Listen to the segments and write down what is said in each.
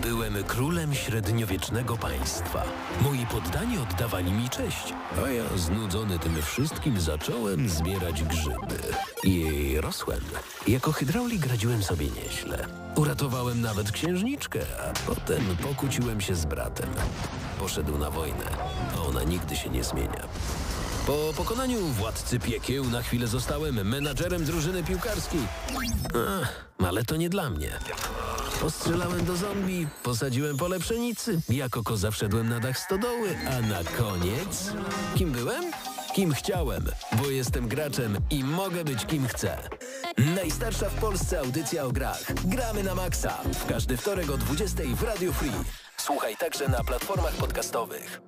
Byłem królem średniowiecznego państwa. Moi poddani oddawali mi cześć, a ja znudzony tym wszystkim zacząłem zbierać grzyby. I rosłem. Jako hydraulik radziłem sobie nieźle. Uratowałem nawet księżniczkę, a potem pokłóciłem się z bratem. Poszedł na wojnę, a ona nigdy się nie zmienia. Po pokonaniu władcy piekieł na chwilę zostałem menadżerem drużyny piłkarskiej. Ale to nie dla mnie. Postrzelałem do zombie, posadziłem pole pszenicy, jako koza wszedłem na dach stodoły, a na koniec... Kim byłem? Kim chciałem, bo jestem graczem i mogę być kim chcę. Najstarsza w Polsce audycja o grach. Gramy na maksa. W każdy wtorek o 20 w Radio Free. Słuchaj także na platformach podcastowych.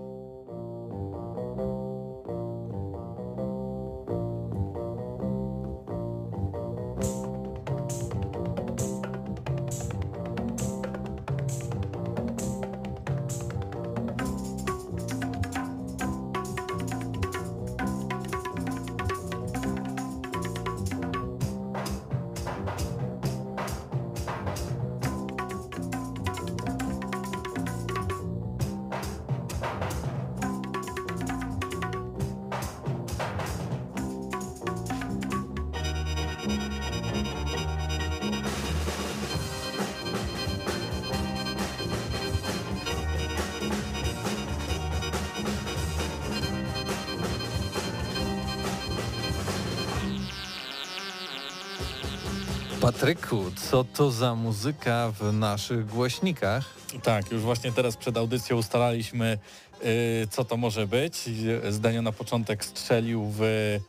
Patryku, co to za muzyka w naszych głośnikach? Tak, już właśnie teraz przed audycją ustalaliśmy, co to może być. Zdanio na początek strzelił w...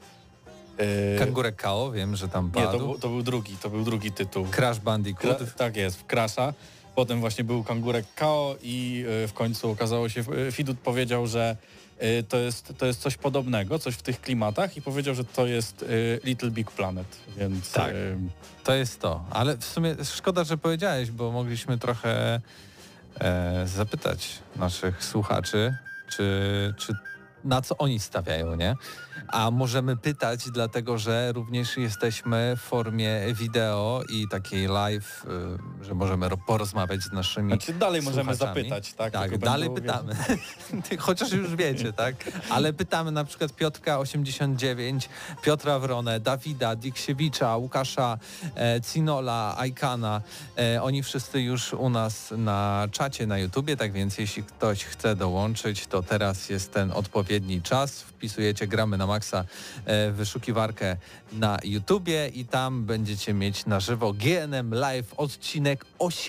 Kangurek Kao, wiem, że tam padł. Nie, to był drugi tytuł. Crash Bandicoot. Tak jest, w Crasha. Potem właśnie był Kangurek Kao i w końcu okazało się, Fidut powiedział, że to jest coś podobnego, coś w tych klimatach i powiedział, że to jest Little Big Planet, więc... Tak, to jest to. Ale w sumie szkoda, że powiedziałeś, bo mogliśmy trochę zapytać naszych słuchaczy, czy na co oni stawiają, nie? A możemy pytać, dlatego że również jesteśmy w formie wideo i takiej live, że możemy porozmawiać z naszymi dalej słuchaczami. Możemy zapytać, tak? Tak, dalej pytamy. Chociaż już wiecie, tak? Ale pytamy na przykład Piotrka 89, Piotra Wronę, Dawida, Diksiewicza, Łukasza, Cinola, Ajkana. Oni wszyscy już u nas na czacie na YouTubie, tak więc jeśli ktoś chce dołączyć, to teraz jest ten odpowiedni czas. Wpisujecie Gramy na Maxa wyszukiwarkę na YouTubie i tam będziecie mieć na żywo GNM Live odcinek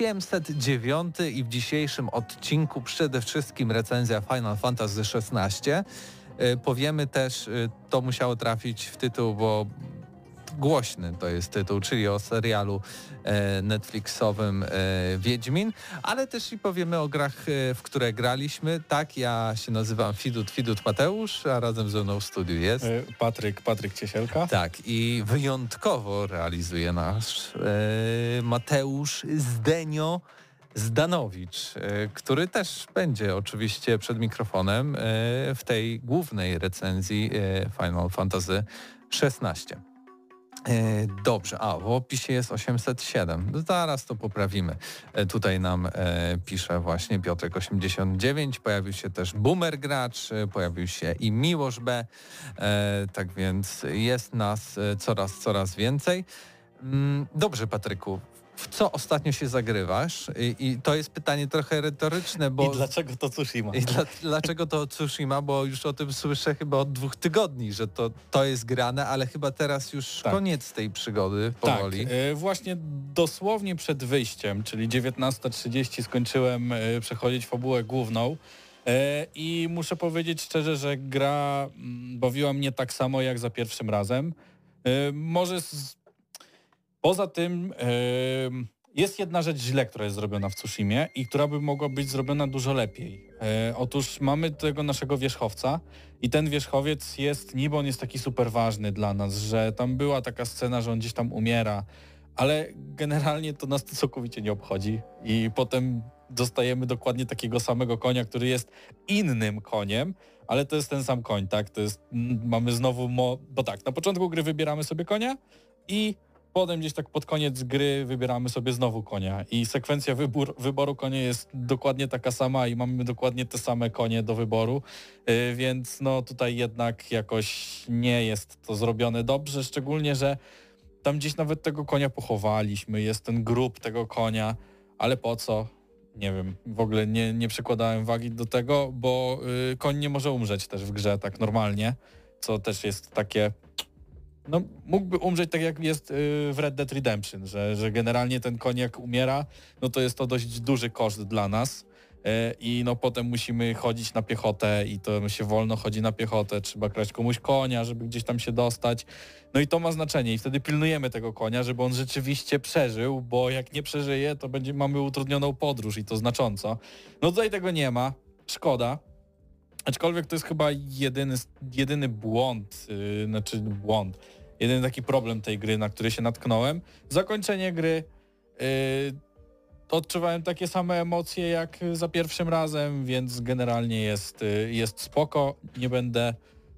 809 i w dzisiejszym odcinku przede wszystkim recenzja Final Fantasy XVI. Powiemy też, to musiało trafić w tytuł, bo głośny to jest tytuł, czyli o serialu Netflixowym Wiedźmin, ale też i powiemy o grach, w które graliśmy. Tak, ja się nazywam Fidut Mateusz, a razem ze mną w studiu jest Patryk Ciesielka. Tak, i wyjątkowo realizuje nasz Mateusz Zdanowicz, który też będzie oczywiście przed mikrofonem w tej głównej recenzji Final Fantasy XVI. Dobrze, w opisie jest 807. Zaraz to poprawimy. Tutaj nam pisze właśnie Piotrek 89, pojawił się też Boomer Gracz, pojawił się i Miłosz B. Tak więc jest nas coraz więcej. Dobrze, Patryku. W co ostatnio się zagrywasz? I to jest pytanie trochę retoryczne, bo... I dlaczego to Tsushima? Dlaczego to Tsushima? Bo już o tym słyszę chyba od 2 tygodni, że to jest grane, ale chyba teraz już koniec tej przygody powoli. Tak, właśnie dosłownie przed wyjściem, czyli 19:30 skończyłem przechodzić fabułę główną i muszę powiedzieć szczerze, że gra bawiła mnie tak samo jak za pierwszym razem. Poza tym jest jedna rzecz źle, która jest zrobiona w Tsushimie i która by mogła być zrobiona dużo lepiej. Otóż mamy tego naszego wierzchowca i ten wierzchowiec niby on jest taki super ważny dla nas, że tam była taka scena, że on gdzieś tam umiera, ale generalnie to nas to całkowicie nie obchodzi i potem dostajemy dokładnie takiego samego konia, który jest innym koniem, ale to jest ten sam koń, tak? To jest, mamy znowu, bo tak, na początku gry wybieramy sobie konia i potem gdzieś tak pod koniec gry wybieramy sobie znowu konia i sekwencja wyboru konia jest dokładnie taka sama i mamy dokładnie te same konie do wyboru, więc no tutaj jednak jakoś nie jest to zrobione dobrze, szczególnie, że tam gdzieś nawet tego konia pochowaliśmy, jest ten grób tego konia, ale po co? Nie wiem, w ogóle nie przykładałem wagi do tego, bo koń nie może umrzeć też w grze tak normalnie, co też jest takie... No mógłby umrzeć tak jak jest w Red Dead Redemption, że generalnie ten koń jak umiera, no to jest to dość duży koszt dla nas i no potem musimy chodzić na piechotę i to się wolno chodzi na piechotę, trzeba kraść komuś konia, żeby gdzieś tam się dostać. No i to ma znaczenie i wtedy pilnujemy tego konia, żeby on rzeczywiście przeżył, bo jak nie przeżyje, to mamy utrudnioną podróż i to znacząco. No tutaj tego nie ma, szkoda. Aczkolwiek to jest chyba jedyny błąd, jedyny taki problem tej gry, na który się natknąłem. Zakończenie gry, odczuwałem takie same emocje jak za pierwszym razem, więc generalnie jest spoko. Nie będę...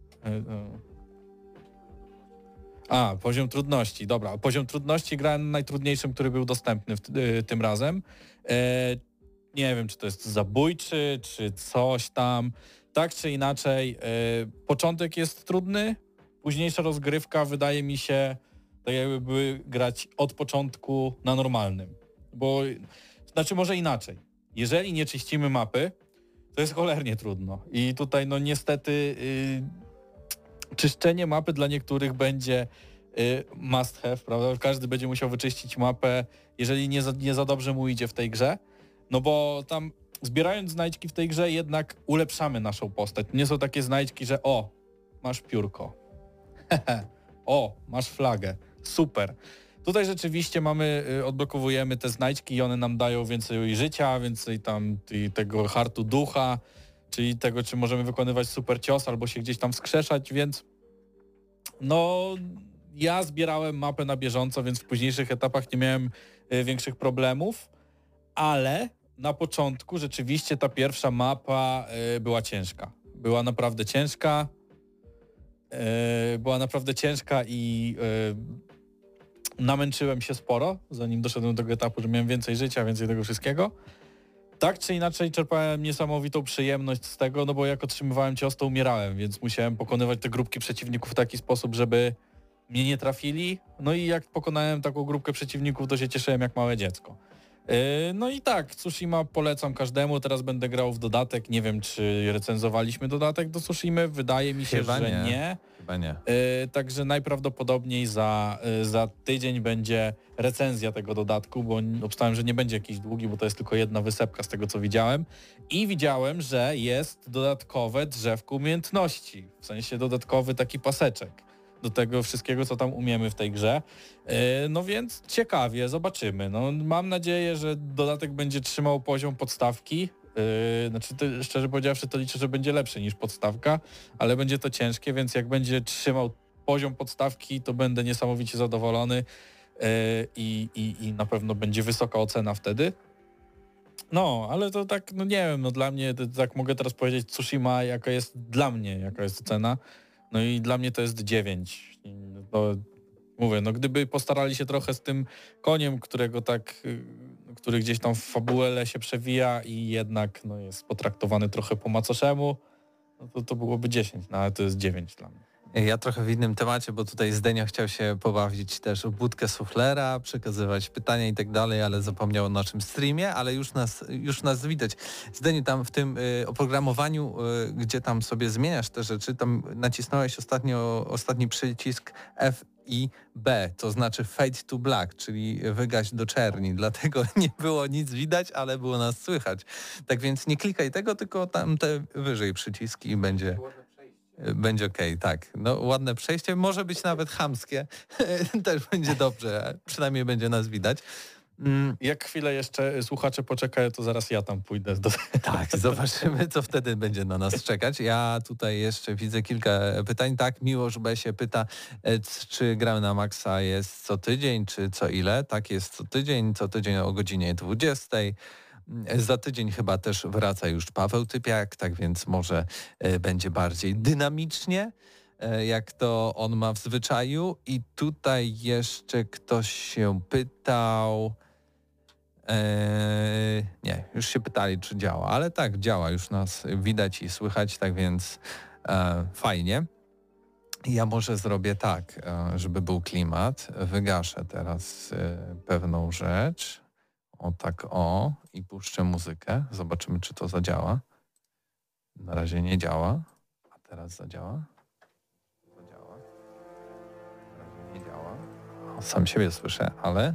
poziom trudności, dobra. Poziom trudności grałem na najtrudniejszym, który był dostępny tym razem. Nie wiem, czy to jest zabójczy, czy coś tam. Tak czy inaczej, początek jest trudny, późniejsza rozgrywka wydaje mi się tak jakby grać od początku na normalnym. Bo, znaczy może inaczej, jeżeli nie czyścimy mapy, to jest cholernie trudno. I tutaj no niestety czyszczenie mapy dla niektórych będzie must have, prawda? Każdy będzie musiał wyczyścić mapę, jeżeli nie za dobrze mu idzie w tej grze, no bo tam zbierając znajdźki w tej grze jednak ulepszamy naszą postać. Nie są takie znajdźki, że o, masz piórko, o, masz flagę, super. Tutaj rzeczywiście odblokowujemy te znajdźki i one nam dają więcej życia, więcej tam tego hartu ducha, czyli tego, czy możemy wykonywać super cios albo się gdzieś tam wskrzeszać, więc no ja zbierałem mapę na bieżąco, więc w późniejszych etapach nie miałem większych problemów, ale na początku rzeczywiście ta pierwsza mapa była ciężka. Była naprawdę ciężka i namęczyłem się sporo, zanim doszedłem do tego etapu, że miałem więcej życia, więcej tego wszystkiego. Tak czy inaczej czerpałem niesamowitą przyjemność z tego, no bo jak otrzymywałem cios, to umierałem, więc musiałem pokonywać te grupki przeciwników w taki sposób, żeby mnie nie trafili. No i jak pokonałem taką grupkę przeciwników, to się cieszyłem jak małe dziecko. No i tak, Tsushima polecam każdemu, teraz będę grał w dodatek, nie wiem czy recenzowaliśmy dodatek do Tsushimy, wydaje mi się, Chyba że nie. nie. Chyba nie. Także najprawdopodobniej za tydzień będzie recenzja tego dodatku, bo obstałem, że nie będzie jakiś długi, bo to jest tylko jedna wysepka z tego co widziałem. I widziałem, że jest dodatkowe drzewko umiejętności, w sensie dodatkowy taki paseczek do tego wszystkiego, co tam umiemy w tej grze. No więc ciekawie, zobaczymy. No, mam nadzieję, że dodatek będzie trzymał poziom podstawki. Szczerze powiedziawszy, to liczę, że będzie lepszy niż podstawka, ale będzie to ciężkie, więc jak będzie trzymał poziom podstawki, to będę niesamowicie zadowolony i na pewno będzie wysoka ocena wtedy. No, ale to tak, no nie wiem, no dla mnie, tak mogę teraz powiedzieć Tsushima, jaka jest ocena. No i dla mnie to jest 9. No, mówię, no gdyby postarali się trochę z tym koniem, który gdzieś tam w fabułę się przewija i jednak no, jest potraktowany trochę po macoszemu, no to byłoby 10, no ale to jest 9 dla mnie. Ja trochę w innym temacie, bo tutaj Zdenio chciał się pobawić też o budkę suflera, przekazywać pytania i tak dalej, ale zapomniał o naszym streamie, ale już nas widać. Zdeniu, tam w tym oprogramowaniu, gdzie tam sobie zmieniasz te rzeczy, tam nacisnąłeś ostatni przycisk F i B, to znaczy fade to black, czyli wygaś do czerni, dlatego nie było nic widać, ale było nas słychać. Tak więc nie klikaj tego, tylko tam te wyżej przyciski i będzie okej, tak. No ładne przejście, może być nawet chamskie, też będzie dobrze, przynajmniej będzie nas widać. Jak chwilę jeszcze słuchacze poczekają, to zaraz ja tam pójdę. Tak, zobaczymy, co wtedy będzie na nas czekać. Ja tutaj jeszcze widzę kilka pytań. Tak, Miłosz B. się pyta, czy gramy na maksa jest co tydzień, czy co ile? Tak, jest co tydzień o godzinie 20. Za tydzień chyba też wraca już Paweł Typiak, tak więc może będzie bardziej dynamicznie. jak to on ma w zwyczaju. I tutaj jeszcze ktoś się pytał... nie, już się pytali, czy działa, ale tak, działa, już nas widać i słychać, tak więc fajnie. Ja może zrobię tak, żeby był klimat. Wygaszę teraz pewną rzecz. O tak, i puszczę muzykę. Zobaczymy, czy to zadziała. Na razie nie działa, a teraz zadziała. Zadziała. Na razie nie działa. Sam siebie słyszę, ale...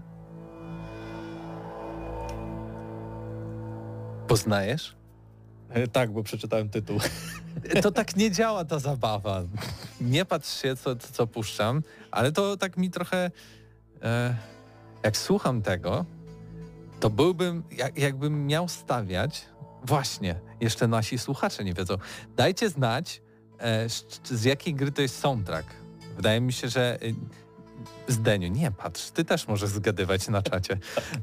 Poznajesz? Tak, bo przeczytałem tytuł. To tak nie działa ta zabawa. Nie patrz się, co puszczam, ale to tak mi trochę... jak słucham tego, to byłbym, jakbym miał stawiać... Właśnie, jeszcze nasi słuchacze nie wiedzą. Dajcie znać, z jakiej gry to jest soundtrack. Wydaje mi się, że... Zdeniu, nie patrz, ty też możesz zgadywać na czacie.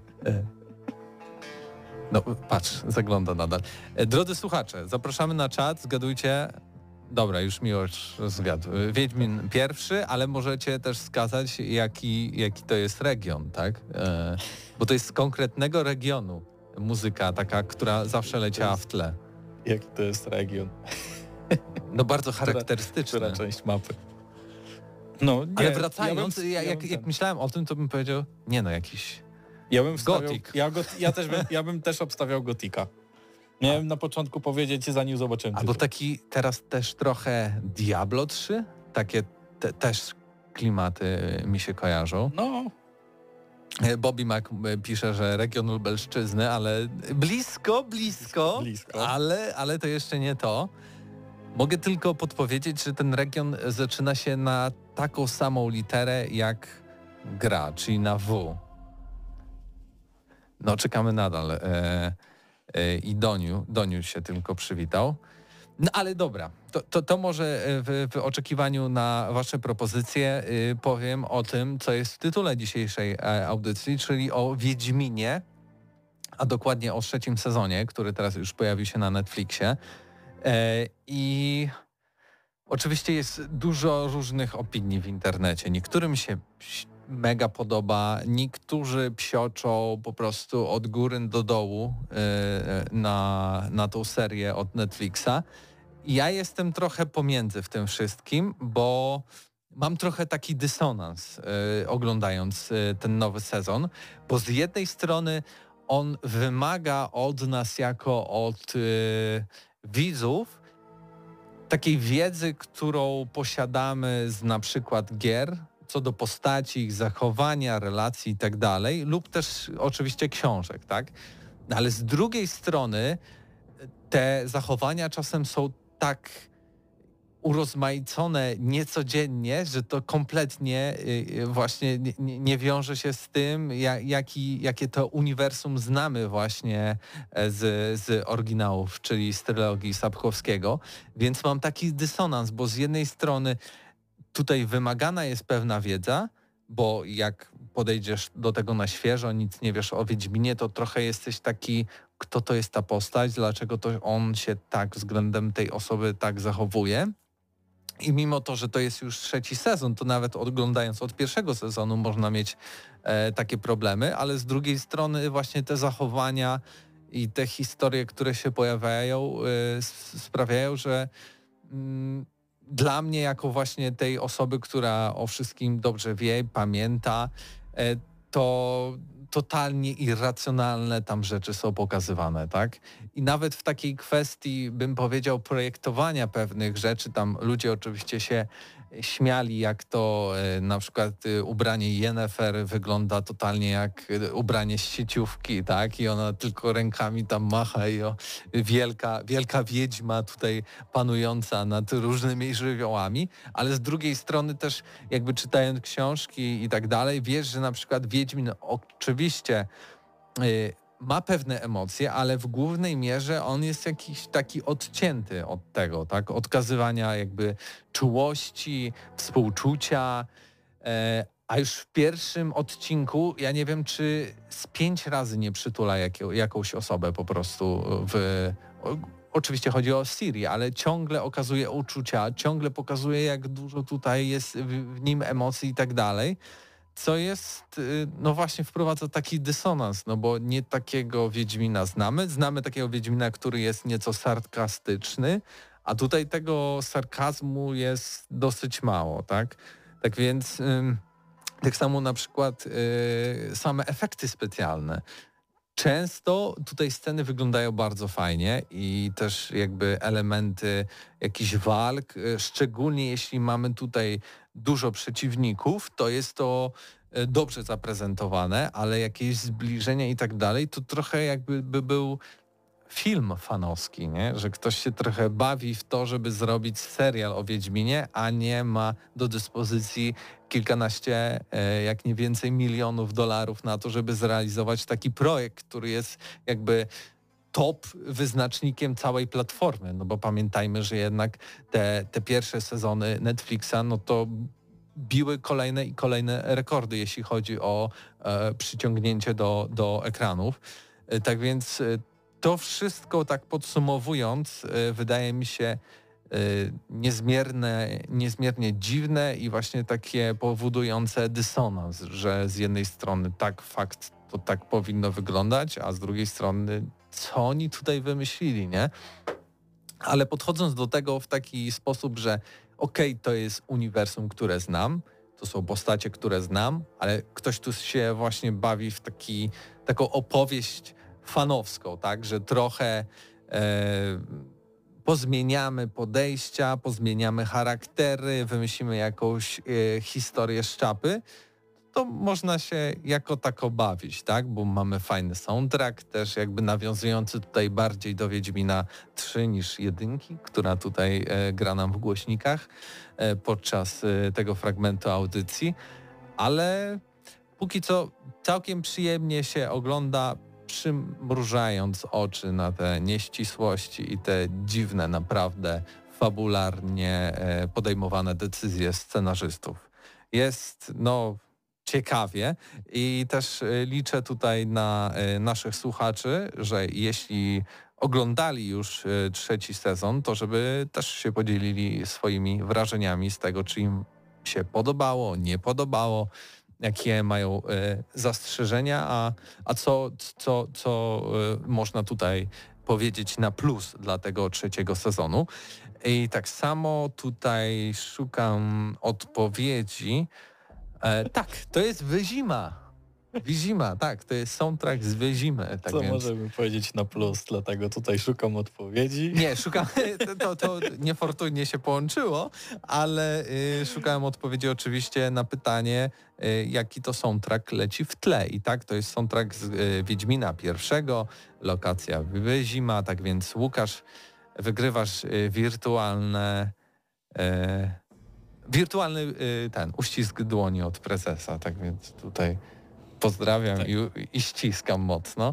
No patrz, zagląda nadal. Drodzy słuchacze, zapraszamy na czat, zgadujcie. Dobra, już Miłosz zgadł. Wiedźmin pierwszy, ale możecie też wskazać, jaki to jest region, tak? Bo to jest z konkretnego regionu muzyka, taka, która zawsze leciała w tle. Jaki to jest region? No bardzo charakterystyczny. Która część mapy? No, nie, ale wracając, jak myślałem o tym, to bym powiedział, jakiś... Ja bym wstawiał, Gothic. Ja bym też obstawiał Gotika. Miałem na początku powiedzieć, zanim zobaczyłem tytuł. Albo taki teraz też trochę Diablo 3? Takie też klimaty mi się kojarzą. No. Bobby Mac pisze, że region Lubelszczyzny, ale blisko, ale to jeszcze nie to. Mogę tylko podpowiedzieć, że ten region zaczyna się na taką samą literę jak gra, czyli na W. No czekamy nadal. I Doniu się tylko przywitał. No ale dobra, to może w oczekiwaniu na wasze propozycje powiem o tym, co jest w tytule dzisiejszej audycji, czyli o Wiedźminie, a dokładnie o 3. sezonie, który teraz już pojawił się na Netflixie. I oczywiście jest dużo różnych opinii w internecie. Niektórym się mega podoba, niektórzy psioczą po prostu od góry do dołu na tą serię od Netflixa. Ja jestem trochę pomiędzy w tym wszystkim, bo mam trochę taki dysonans oglądając ten nowy sezon, bo z jednej strony on wymaga od nas jako od widzów takiej wiedzy, którą posiadamy z na przykład gier, co do postaci, ich zachowania, relacji i tak dalej, lub też oczywiście książek, tak? Ale z drugiej strony te zachowania czasem są tak urozmaicone niecodziennie, że to kompletnie właśnie nie wiąże się z tym, jakie to uniwersum znamy właśnie z oryginałów, czyli z trylogii Sapkowskiego. Więc mam taki dysonans, bo z jednej strony tutaj wymagana jest pewna wiedza, bo jak podejdziesz do tego na świeżo, nic nie wiesz o Wiedźminie, to trochę jesteś taki, kto to jest ta postać, dlaczego to on się tak względem tej osoby tak zachowuje. I mimo to, że to jest już 3. sezon, to nawet oglądając od 1. sezonu można mieć takie problemy, ale z drugiej strony właśnie te zachowania i te historie, które się pojawiają, sprawiają, że dla mnie jako właśnie tej osoby, która o wszystkim dobrze wie, pamięta, to totalnie irracjonalne tam rzeczy są pokazywane, tak? I nawet w takiej kwestii, bym powiedział, projektowania pewnych rzeczy, tam ludzie oczywiście się śmiali, jak to na przykład ubranie Yennefer wygląda totalnie jak ubranie z sieciówki, tak? I ona tylko rękami tam macha i wielka wiedźma tutaj panująca nad różnymi żywiołami, ale z drugiej strony też jakby czytając książki i tak dalej, wiesz, że na przykład Wiedźmin oczywiście ma pewne emocje, ale w głównej mierze on jest jakiś taki odcięty od tego, tak? Odkazywania jakby czułości, współczucia, a już w pierwszym odcinku, ja nie wiem, czy z 5 razy nie przytula jakąś osobę po prostu oczywiście chodzi o Ciri, ale ciągle okazuje uczucia, ciągle pokazuje, jak dużo tutaj jest w nim emocji i tak dalej, co jest, no właśnie wprowadza taki dysonans, no bo nie takiego Wiedźmina znamy takiego Wiedźmina, który jest nieco sarkastyczny, a tutaj tego sarkazmu jest dosyć mało, tak? Tak więc tak samo na przykład same efekty specjalne. Często tutaj sceny wyglądają bardzo fajnie i też jakby elementy jakichś walk, szczególnie jeśli mamy tutaj dużo przeciwników, to jest to dobrze zaprezentowane, ale jakieś zbliżenia i tak dalej, to trochę jakby by był film fanowski, nie? Że ktoś się trochę bawi w to, żeby zrobić serial o Wiedźminie, a nie ma do dyspozycji kilkanaście, jak nie więcej, milionów dolarów na to, żeby zrealizować taki projekt, który jest jakby top wyznacznikiem całej platformy. No bo pamiętajmy, że jednak te pierwsze sezony Netflixa, no to biły kolejne i kolejne rekordy, jeśli chodzi o przyciągnięcie do ekranów. Tak więc to wszystko tak podsumowując, wydaje mi się niezmiernie dziwne i właśnie takie powodujące dysonans, że z jednej strony tak fakt to tak powinno wyglądać, a z drugiej strony co oni tutaj wymyślili, nie? Ale podchodząc do tego w taki sposób, że to jest uniwersum, które znam, to są postacie, które znam, ale ktoś tu się właśnie bawi w taką opowieść fanowską, tak, że trochę pozmieniamy podejścia, pozmieniamy charaktery, wymyślimy jakąś historię z czapy, to można się jako tako bawić, tak, bo mamy fajny soundtrack, też jakby nawiązujący tutaj bardziej do Wiedźmina 3 niż 1, która tutaj gra nam w głośnikach podczas tego fragmentu audycji, ale póki co całkiem przyjemnie się ogląda, przymrużając oczy na te nieścisłości i te dziwne, naprawdę fabularnie podejmowane decyzje scenarzystów. Jest, ciekawie i też liczę tutaj na naszych słuchaczy, że jeśli oglądali już 3. sezon, to żeby też się podzielili swoimi wrażeniami z tego, czy im się podobało, nie podobało, jakie mają zastrzeżenia, a co można tutaj powiedzieć na plus dla tego 3. sezonu. I tak samo tutaj szukam odpowiedzi. Tak, to jest Wyzima. Wizima, tak, to jest soundtrack z Wyzimy. Tak Co więc możemy powiedzieć na plus, dlatego tutaj szukam odpowiedzi. nie, szukam, to niefortunnie się połączyło, ale szukałem odpowiedzi oczywiście na pytanie, jaki to soundtrack leci w tle. I tak, to jest soundtrack z Wiedźmina pierwszego, lokacja Wyzima, tak więc Łukasz, wygrywasz wirtualny ten uścisk dłoni od prezesa, tak więc tutaj pozdrawiam tak. i ściskam mocno.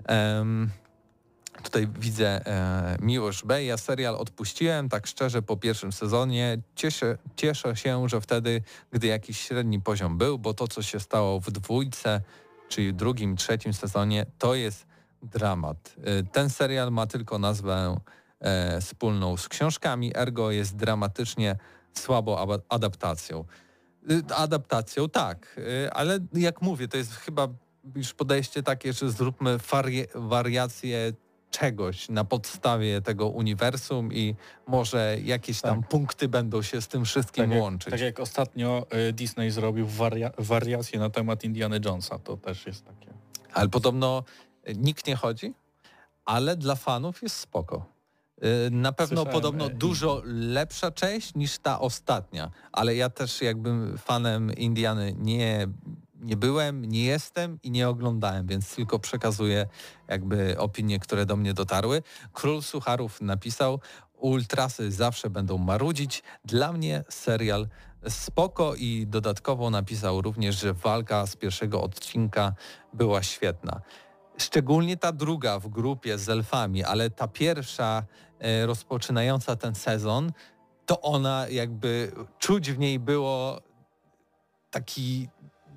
Tutaj widzę Miłosz B. Ja serial odpuściłem, tak szczerze, po pierwszym sezonie. Cieszę się, że wtedy, gdy jakiś średni poziom był, bo to, co się stało w 2, czyli w 2., 3. sezonie, to jest dramat. Ten serial ma tylko nazwę wspólną z książkami, ergo jest dramatycznie słabą adaptacją. Adaptacją, tak, ale jak mówię, to jest chyba już podejście takie, że zróbmy wariację czegoś na podstawie tego uniwersum i może jakieś tam punkty będą się z tym wszystkim łączyć. Tak jak ostatnio Disney zrobił wariację na temat Indiana Jonesa, to też jest takie. Ale podobno nikt nie chodzi, ale dla fanów jest spoko. Na pewno podobno dużo lepsza część niż ta ostatnia, ale ja też jakbym fanem Indiany nie byłem, nie jestem i nie oglądałem, więc tylko przekazuję jakby opinie, które do mnie dotarły. Król Sucharów napisał: ultrasy zawsze będą marudzić, dla mnie serial spoko, i dodatkowo napisał również, że walka z pierwszego odcinka była świetna. Szczególnie ta druga w grupie z elfami, ale ta pierwsza rozpoczynająca ten sezon, to ona jakby czuć w niej było taki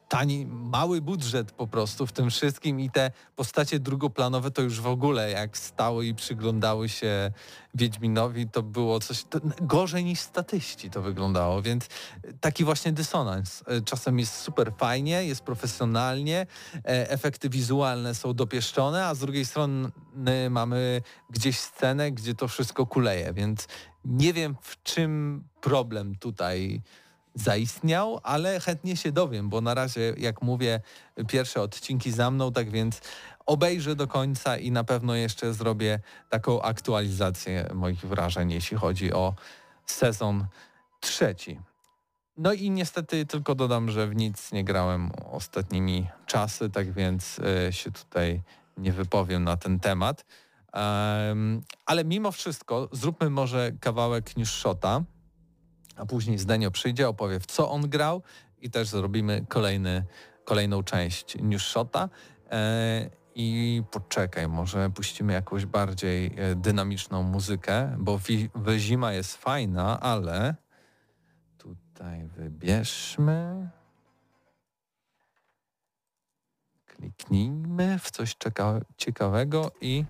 tani, mały budżet po prostu w tym wszystkim i te postacie drugoplanowe to już w ogóle jak stały i przyglądały się Wiedźminowi, to było coś gorzej niż statyści to wyglądało, więc taki właśnie dysonans. Czasem jest super fajnie, jest profesjonalnie, efekty wizualne są dopieszczone, a z drugiej strony mamy gdzieś scenę, gdzie to wszystko kuleje, więc nie wiem w czym problem tutaj zaistniał, ale chętnie się dowiem, bo na razie, jak mówię, pierwsze odcinki za mną, tak więc obejrzę do końca i na pewno jeszcze zrobię taką aktualizację moich wrażeń, jeśli chodzi o sezon 3. No i niestety tylko dodam, że w nic nie grałem ostatnimi czasy, tak więc się tutaj nie wypowiem na ten temat. Ale mimo wszystko zróbmy może kawałek Newshota, a później Zdenio przyjdzie, opowie w co on grał i też zrobimy kolejną część Newshota. I poczekaj, może puścimy jakąś bardziej dynamiczną muzykę, bo zima jest fajna, ale tutaj wybierzmy, kliknijmy w coś ciekawego i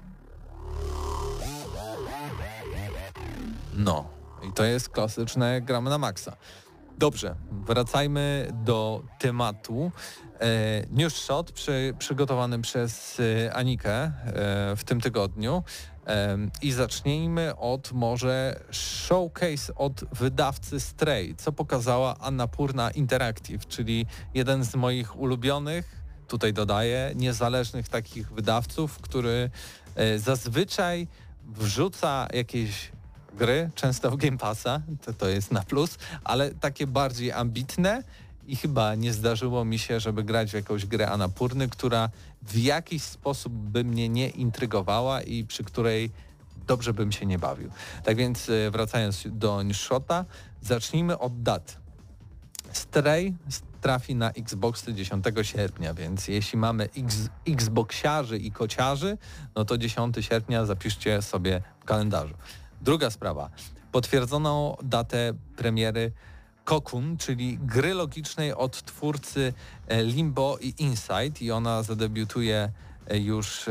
no. I to jest klasyczne gramy na maksa. Dobrze, wracajmy do tematu. Newshot przygotowany przez Anikę w tym tygodniu i zacznijmy od może showcase od wydawcy Stray, co pokazała Annapurna Interactive, czyli jeden z moich ulubionych, tutaj dodaję, niezależnych takich wydawców, który zazwyczaj wrzuca jakieś gry, często w Game Passa, to jest na plus, ale takie bardziej ambitne i chyba nie zdarzyło mi się, żeby grać w jakąś grę Annapurny, która w jakiś sposób by mnie nie intrygowała i przy której dobrze bym się nie bawił. Tak więc wracając do Newshota, zacznijmy od dat. Stray trafi na Xboxy 10 sierpnia, więc jeśli mamy Xboxiarzy i kociarzy, no to 10 sierpnia zapiszcie sobie w kalendarzu. Druga sprawa. Potwierdzono datę premiery Cocoon, czyli gry logicznej od twórcy Limbo i Inside i ona zadebiutuje już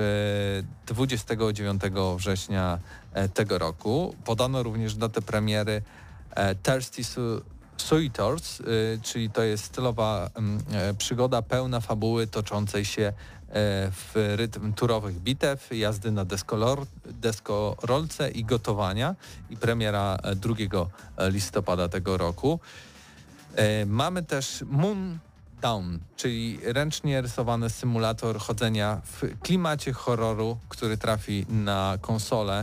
29 września tego roku. Podano również datę premiery Thirsty Suitors, czyli to jest stylowa przygoda pełna fabuły toczącej się w rytm turowych bitew, jazdy na deskorolce i gotowania i premiera 2 listopada tego roku. Mamy też Moon Down, czyli ręcznie rysowany symulator chodzenia w klimacie horroru, który trafi na konsolę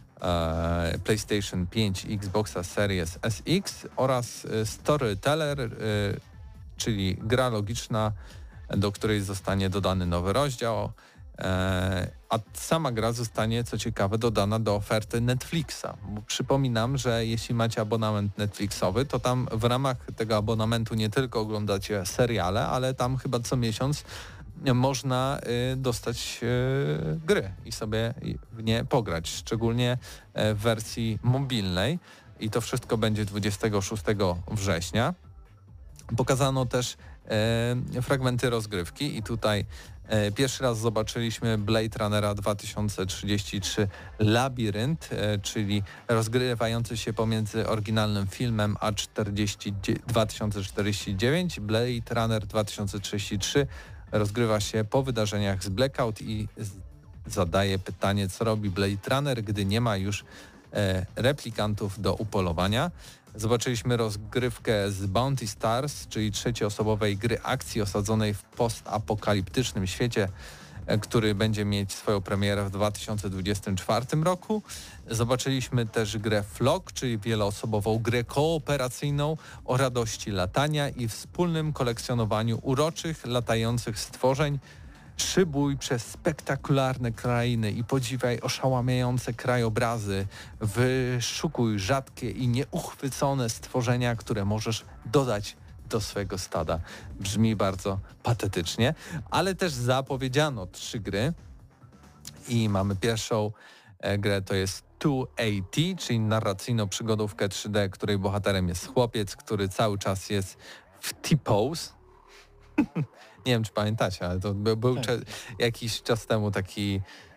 PlayStation 5 i Xboxa Series SX oraz Storyteller, czyli gra logiczna, do której zostanie dodany nowy rozdział, a sama gra zostanie, co ciekawe, dodana do oferty Netflixa. Bo przypominam, że jeśli macie abonament Netflixowy, to tam w ramach tego abonamentu nie tylko oglądacie seriale, ale tam chyba co miesiąc można dostać gry i sobie w nie pograć, szczególnie w wersji mobilnej i to wszystko będzie 26 września. Pokazano też fragmenty rozgrywki i tutaj pierwszy raz zobaczyliśmy Blade Runnera 2033 Labirynt, czyli rozgrywający się pomiędzy oryginalnym filmem a 2049. Blade Runner 2033 rozgrywa się po wydarzeniach z Blackout i zadaje pytanie, co robi Blade Runner, gdy nie ma już replikantów do upolowania. Zobaczyliśmy rozgrywkę z Bounty Stars, czyli trzecioosobowej gry akcji osadzonej w postapokaliptycznym świecie, który będzie mieć swoją premierę w 2024 roku. Zobaczyliśmy też grę Flock, czyli wieloosobową grę kooperacyjną o radości latania i wspólnym kolekcjonowaniu uroczych, latających stworzeń. Szybuj przez spektakularne krainy i podziwiaj oszałamiające krajobrazy. Wyszukuj rzadkie i nieuchwycone stworzenia, które możesz dodać do swojego stada. Brzmi bardzo patetycznie, ale też zapowiedziano 3 gry i mamy pierwszą grę, to jest 2AT, czyli narracyjno-przygodówkę 3D, której bohaterem jest chłopiec, który cały czas jest w T-pose. Nie wiem, czy pamiętacie, ale to był Tak. jakiś czas temu taki,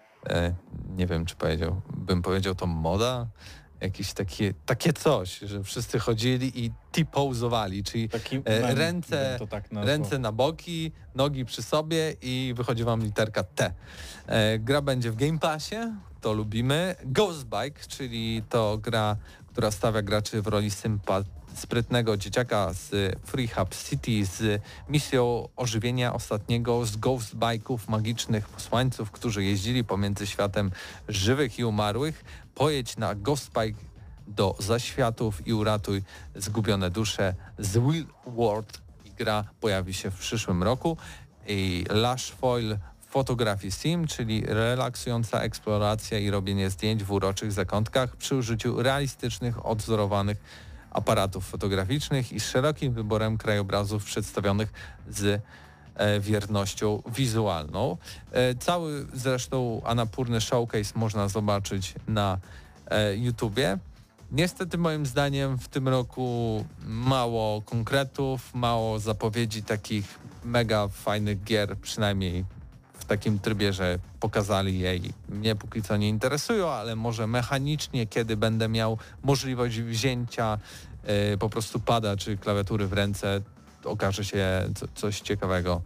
nie wiem, czy bym powiedział to moda, jakieś takie coś, że wszyscy chodzili i T-pozowali, czyli Taki ręce, to tak nazwał. ręce na boki, nogi przy sobie i wychodzi wam literka T. Gra będzie w Game Passie, to lubimy. Ghostbike, czyli to gra, która stawia graczy w roli sprytnego dzieciaka z Free Hub City z misją ożywienia ostatniego z Ghostbike'ów, magicznych posłańców, którzy jeździli pomiędzy światem żywych i umarłych. Pojedź na Ghostbike do zaświatów i uratuj zgubione dusze z Will World. Gra pojawi się w przyszłym roku. I Lush Foil Photography Sim, czyli relaksująca eksploracja i robienie zdjęć w uroczych zakątkach przy użyciu realistycznych, odwzorowanych aparatów fotograficznych i z szerokim wyborem krajobrazów przedstawionych z wiernością wizualną. Cały zresztą Annapurny Showcase można zobaczyć na YouTubie. Niestety moim zdaniem w tym roku mało konkretów, mało zapowiedzi takich mega fajnych gier, przynajmniej w takim trybie, że pokazali je i mnie póki co nie interesują, ale może mechanicznie, kiedy będę miał możliwość wzięcia po prostu pada czy klawiatury w ręce, okaże się coś ciekawego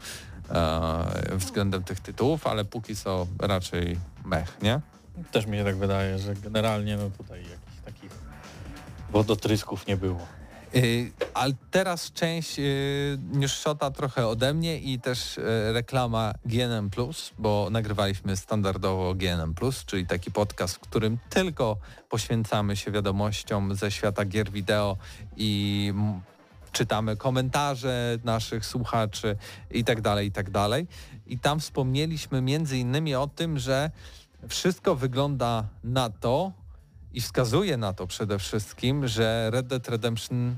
względem tych tytułów, ale póki co raczej mech, nie? Też mi się tak wydaje, że generalnie no tutaj jakichś takich wodotrysków nie było. Ale teraz część newsshota trochę ode mnie i też reklama GNM+, bo nagrywaliśmy standardowo GNM+, czyli taki podcast, w którym tylko poświęcamy się wiadomościom ze świata gier wideo i czytamy komentarze naszych słuchaczy i tak dalej, i tak dalej. I tam wspomnieliśmy między innymi o tym, że wszystko wygląda na to, i wskazuje na to przede wszystkim, że Red Dead Redemption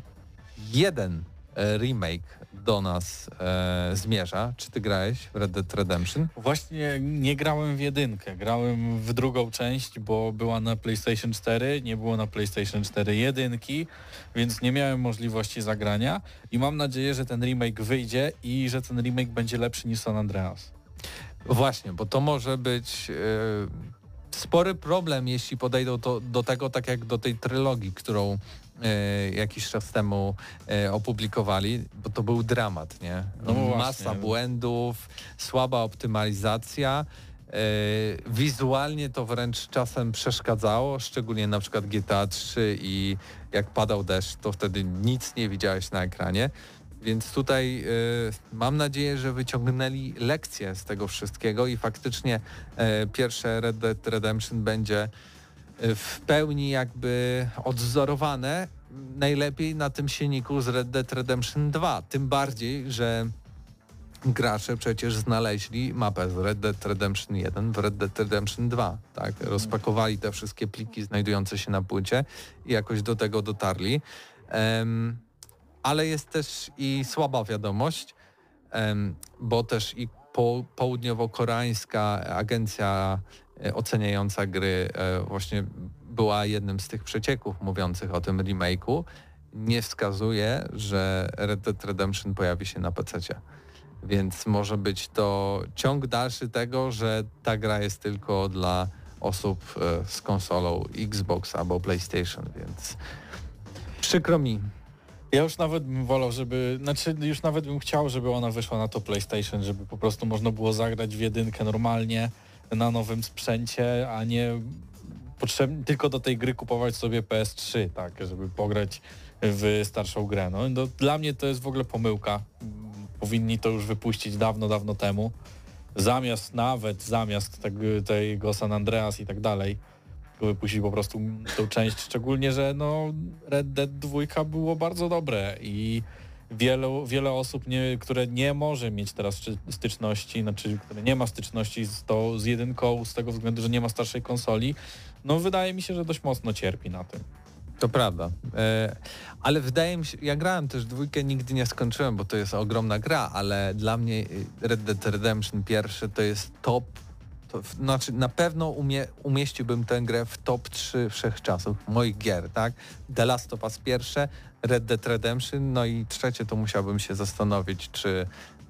1 remake do nas zmierza. Czy ty grałeś w Red Dead Redemption? Właśnie nie grałem w jedynkę, grałem w drugą część, bo była na PlayStation 4, nie było na PlayStation 4 jedynki, więc nie miałem możliwości zagrania i mam nadzieję, że ten remake wyjdzie i że ten remake będzie lepszy niż San Andreas. Właśnie, bo to może być spory problem, jeśli podejdą do tego tak jak do tej trylogii, którą jakiś czas temu opublikowali, bo to był dramat, nie? No Masa właśnie. błędów, słaba optymalizacja. Wizualnie to wręcz czasem przeszkadzało, szczególnie na przykład GTA 3 i jak padał deszcz, to wtedy nic nie widziałeś na ekranie. Więc tutaj mam nadzieję, że wyciągnęli lekcję z tego wszystkiego i faktycznie pierwsze Red Dead Redemption będzie w pełni jakby odwzorowane, najlepiej na tym silniku z Red Dead Redemption 2. Tym bardziej, że gracze przecież znaleźli mapę z Red Dead Redemption 1 w Red Dead Redemption 2. Tak? Rozpakowali te wszystkie pliki znajdujące się na płycie i jakoś do tego dotarli. Ale jest też i słaba wiadomość, bo też i południowo-koreańska agencja oceniająca gry właśnie była jednym z tych przecieków mówiących o tym remake'u. Nie wskazuje, że Red Dead Redemption pojawi się na PC-cie. Więc może być to ciąg dalszy tego, że ta gra jest tylko dla osób z konsolą Xbox albo PlayStation, więc przykro mi. Ja już nawet bym wolał, już nawet bym chciał, żeby ona wyszła na to PlayStation, żeby po prostu można było zagrać w jedynkę normalnie na nowym sprzęcie, a nie tylko do tej gry kupować sobie PS3, tak, żeby pograć w starszą grę. No, dla mnie to jest w ogóle pomyłka. Powinni to już wypuścić dawno, dawno temu. Zamiast tego San Andreas i tak dalej, wypuścić po prostu tą część, szczególnie, że no Red Dead 2 było bardzo dobre i wiele osób, które nie może mieć teraz styczności, które nie ma styczności z jedynką z tego względu, że nie ma starszej konsoli, no wydaje mi się, że dość mocno cierpi na tym. To prawda, ale wydaje mi się, ja grałem też dwójkę, nigdy nie skończyłem, bo to jest ogromna gra, ale dla mnie Red Dead Redemption 1 to jest top, znaczy na pewno umieściłbym tę grę w top 3 wszechczasów moich gier, tak? The Last of Us 1, Red Dead Redemption, no i trzecie to musiałbym się zastanowić, czy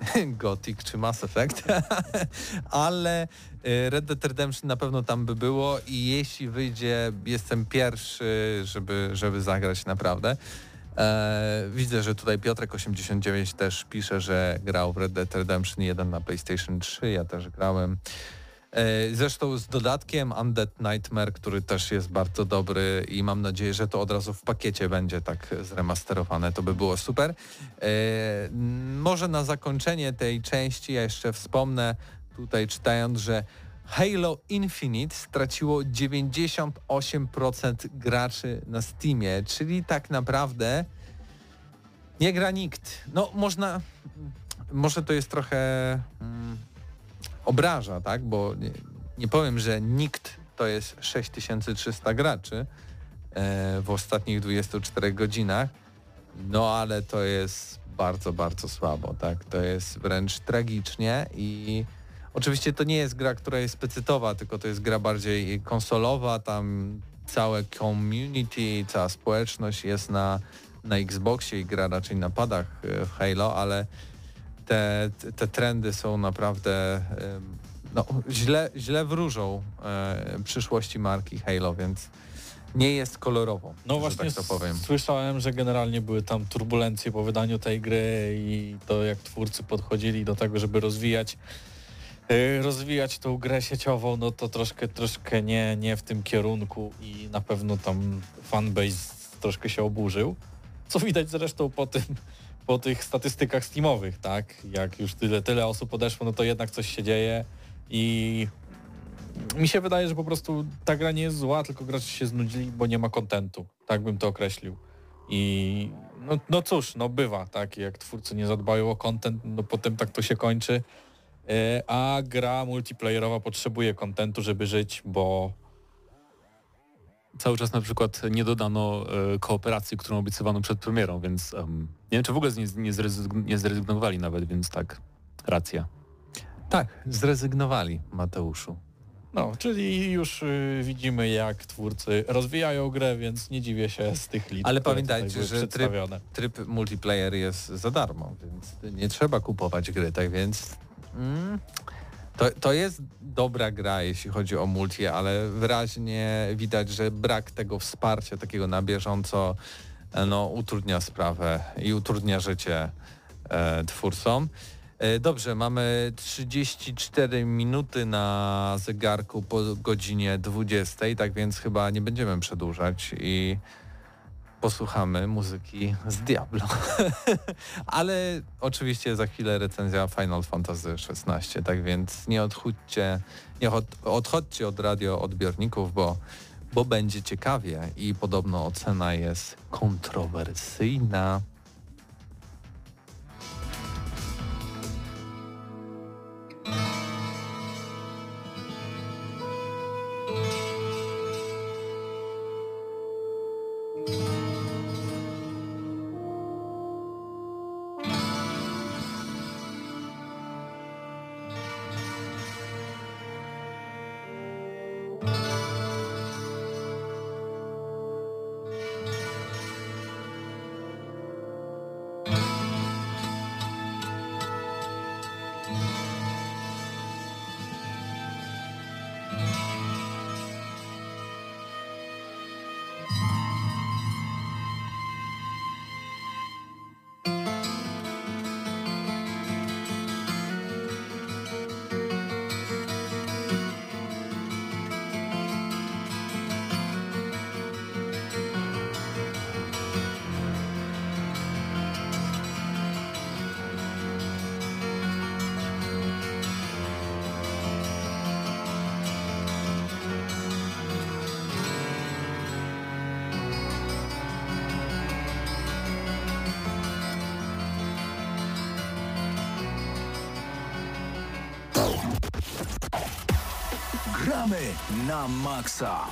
Gothic czy Mass Effect, ale Red Dead Redemption na pewno tam by było i jeśli wyjdzie, jestem pierwszy, żeby zagrać naprawdę. Widzę, że tutaj Piotrek89 też pisze, że grał w Red Dead Redemption 1 na PlayStation 3, ja też grałem. Zresztą z dodatkiem Undead Nightmare, który też jest bardzo dobry i mam nadzieję, że to od razu w pakiecie będzie tak zremasterowane, to by było super. Może na zakończenie tej części ja jeszcze wspomnę, tutaj czytając, że Halo Infinite straciło 98% graczy na Steamie, czyli tak naprawdę nie gra nikt. No może to jest trochę obraża, tak, bo nie powiem, że nikt to jest 6300 graczy w ostatnich 24 godzinach, no ale to jest bardzo, bardzo słabo, tak, to jest wręcz tragicznie i oczywiście to nie jest gra, która jest specytowa, tylko to jest gra bardziej konsolowa, tam całe community, cała społeczność jest na Xboxie i gra raczej na padach w Halo, ale te trendy są naprawdę źle wróżą przyszłości marki Halo, więc nie jest kolorowo. No właśnie tak to powiem. Słyszałem, że generalnie były tam turbulencje po wydaniu tej gry i to jak twórcy podchodzili do tego, żeby rozwijać tą grę sieciową, no to troszkę nie w tym kierunku i na pewno tam fanbase troszkę się oburzył. Co widać zresztą po tych statystykach steamowych, tak? Jak już tyle osób podeszło, no to jednak coś się dzieje i mi się wydaje, że po prostu ta gra nie jest zła, tylko gracze się znudzili, bo nie ma kontentu. Tak bym to określił. I no cóż, no bywa, tak? Jak twórcy nie zadbają o content, no potem tak to się kończy. A gra multiplayerowa potrzebuje kontentu, żeby żyć, bo cały czas na przykład nie dodano kooperacji, którą obiecywano przed premierą, więc nie wiem, czy w ogóle nie zrezygnowali nawet, więc tak, racja. Tak, zrezygnowali, Mateuszu. No, czyli już widzimy, jak twórcy rozwijają grę, więc nie dziwię się z tych liczb. Ale pamiętajcie, że tryb multiplayer jest za darmo, więc nie trzeba kupować gry, tak więc to jest dobra gra, jeśli chodzi o multi, ale wyraźnie widać, że brak tego wsparcia takiego na bieżąco utrudnia sprawę i utrudnia życie twórcom. Dobrze, mamy 34 minuty na zegarku po godzinie 20, tak więc chyba nie będziemy przedłużać i posłuchamy muzyki z Diablo. Ale oczywiście za chwilę recenzja Final Fantasy XVI, tak więc nie odchodźcie od radioodbiorników, bo będzie ciekawie i podobno ocena jest kontrowersyjna. Gramy na maksa.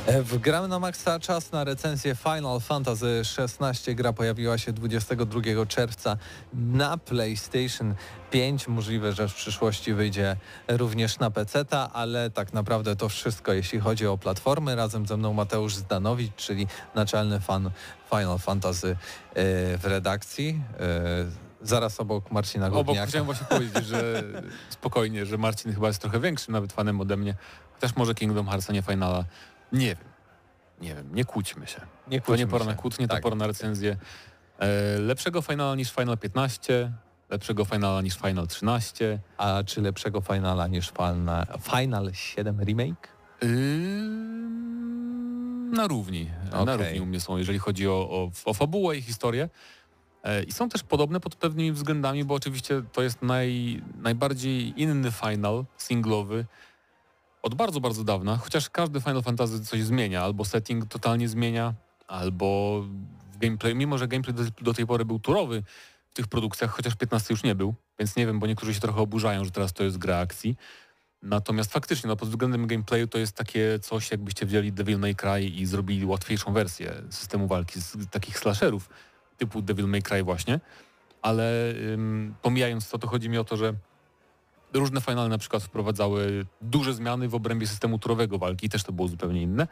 W Gramy na Maxa czas na recenzję Final Fantasy XVI. Gra pojawiła się 22 czerwca na PlayStation 5. Możliwe, że w przyszłości wyjdzie również na PC-ta, ale tak naprawdę to wszystko, jeśli chodzi o platformy. Razem ze mną Mateusz Zdanowicz, czyli naczelny fan Final Fantasy w redakcji. Zaraz obok Marcina Górniaka. Chciałem właśnie powiedzieć, że spokojnie, że Marcin chyba jest trochę większym nawet fanem ode mnie. Chociaż może Kingdom Hearts, a nie Finala. Nie wiem, nie kłóćmy się. To nie pora na kłótnie, to pora na recenzję. Lepszego Finala niż Final 15, lepszego Finala niż Final 13. A czy lepszego Finala niż Final 7 Remake? Na równi. Na równi u mnie są, jeżeli chodzi o fabułę i historię. I są też podobne pod pewnymi względami, bo oczywiście to jest najbardziej inny Final singlowy od bardzo, bardzo dawna, chociaż każdy Final Fantasy coś zmienia, albo setting totalnie zmienia, albo w gameplay, mimo że gameplay do tej pory był turowy w tych produkcjach, chociaż 15 już nie był, więc nie wiem, bo niektórzy się trochę oburzają, że teraz to jest gra akcji. Natomiast faktycznie, pod względem gameplayu to jest takie coś, jakbyście wzięli Devil May Cry i zrobili łatwiejszą wersję systemu walki z takich slasherów typu Devil May Cry właśnie, ale pomijając to chodzi mi o to, że różne finale na przykład wprowadzały duże zmiany w obrębie systemu turowego walki, też to było zupełnie inne.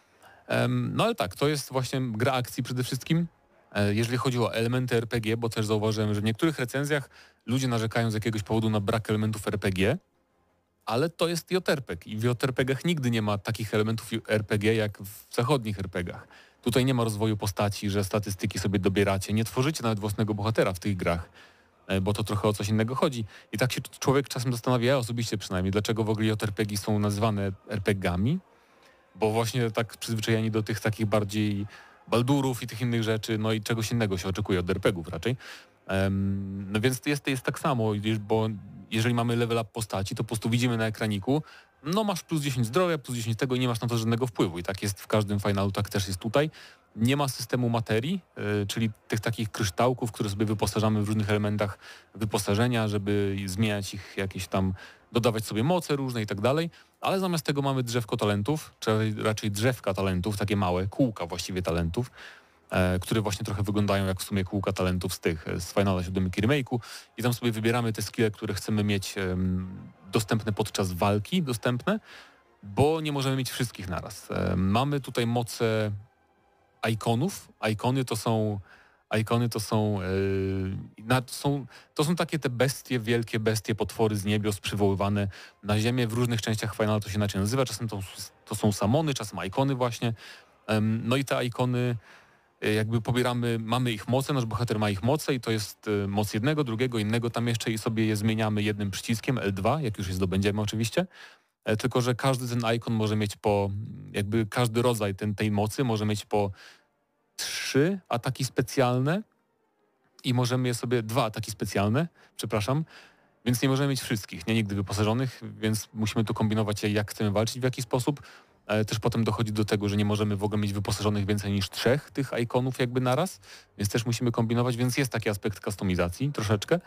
No ale tak, to jest właśnie gra akcji przede wszystkim. Jeżeli chodzi o elementy RPG, bo też zauważyłem, że w niektórych recenzjach ludzie narzekają z jakiegoś powodu na brak elementów RPG, ale to jest JRPG i w JRPG-ach nigdy nie ma takich elementów RPG jak w zachodnich RPGach. Tutaj nie ma rozwoju postaci, że statystyki sobie dobieracie, nie tworzycie nawet własnego bohatera w tych grach, bo to trochę o coś innego chodzi. I tak się człowiek czasem zastanawia, ja osobiście przynajmniej, dlaczego w ogóle JRPG są nazywane RPG-ami, bo właśnie tak przyzwyczajeni do tych takich bardziej baldurów i tych innych rzeczy, no i czegoś innego się oczekuje od RPGów raczej. No więc jest tak samo, bo jeżeli mamy level up postaci, to po prostu widzimy na ekraniku, no masz plus 10 zdrowia, plus 10 tego i nie masz na to żadnego wpływu. I tak jest w każdym finalu, tak też jest tutaj. Nie ma systemu materii, czyli tych takich kryształków, które sobie wyposażamy w różnych elementach wyposażenia, żeby zmieniać ich jakieś tam, dodawać sobie moce różne i tak dalej. Ale zamiast tego mamy drzewko talentów, czy raczej drzewka talentów, takie małe, kółka właściwie talentów, które właśnie trochę wyglądają jak w sumie kółka talentów z Finala 7 Remake'u i tam sobie wybieramy te skille, które chcemy mieć dostępne podczas walki, bo nie możemy mieć wszystkich naraz. Mamy tutaj moce ikonów. Ikony to są takie te bestie, wielkie bestie, potwory z niebios przywoływane na ziemię. W różnych częściach Finala to się inaczej nazywa. Czasem to są samony, czasem ikony właśnie. No i te ikony jakby pobieramy, mamy ich moce, nasz bohater ma ich moce i to jest moc jednego, drugiego, innego tam jeszcze i sobie je zmieniamy jednym przyciskiem L2, jak już je zdobędziemy oczywiście. Tylko że każdy ten ikon może mieć jakby każdy rodzaj tej mocy może mieć po 3 ataki specjalne i możemy je sobie 2 ataki specjalne, więc nie możemy mieć wszystkich, nie nigdy wyposażonych, więc musimy tu kombinować, jak chcemy walczyć, w jaki sposób. Też potem dochodzi do tego, że nie możemy w ogóle mieć wyposażonych więcej niż 3 tych ikonów jakby naraz, więc też musimy kombinować, więc jest taki aspekt kustomizacji troszeczkę.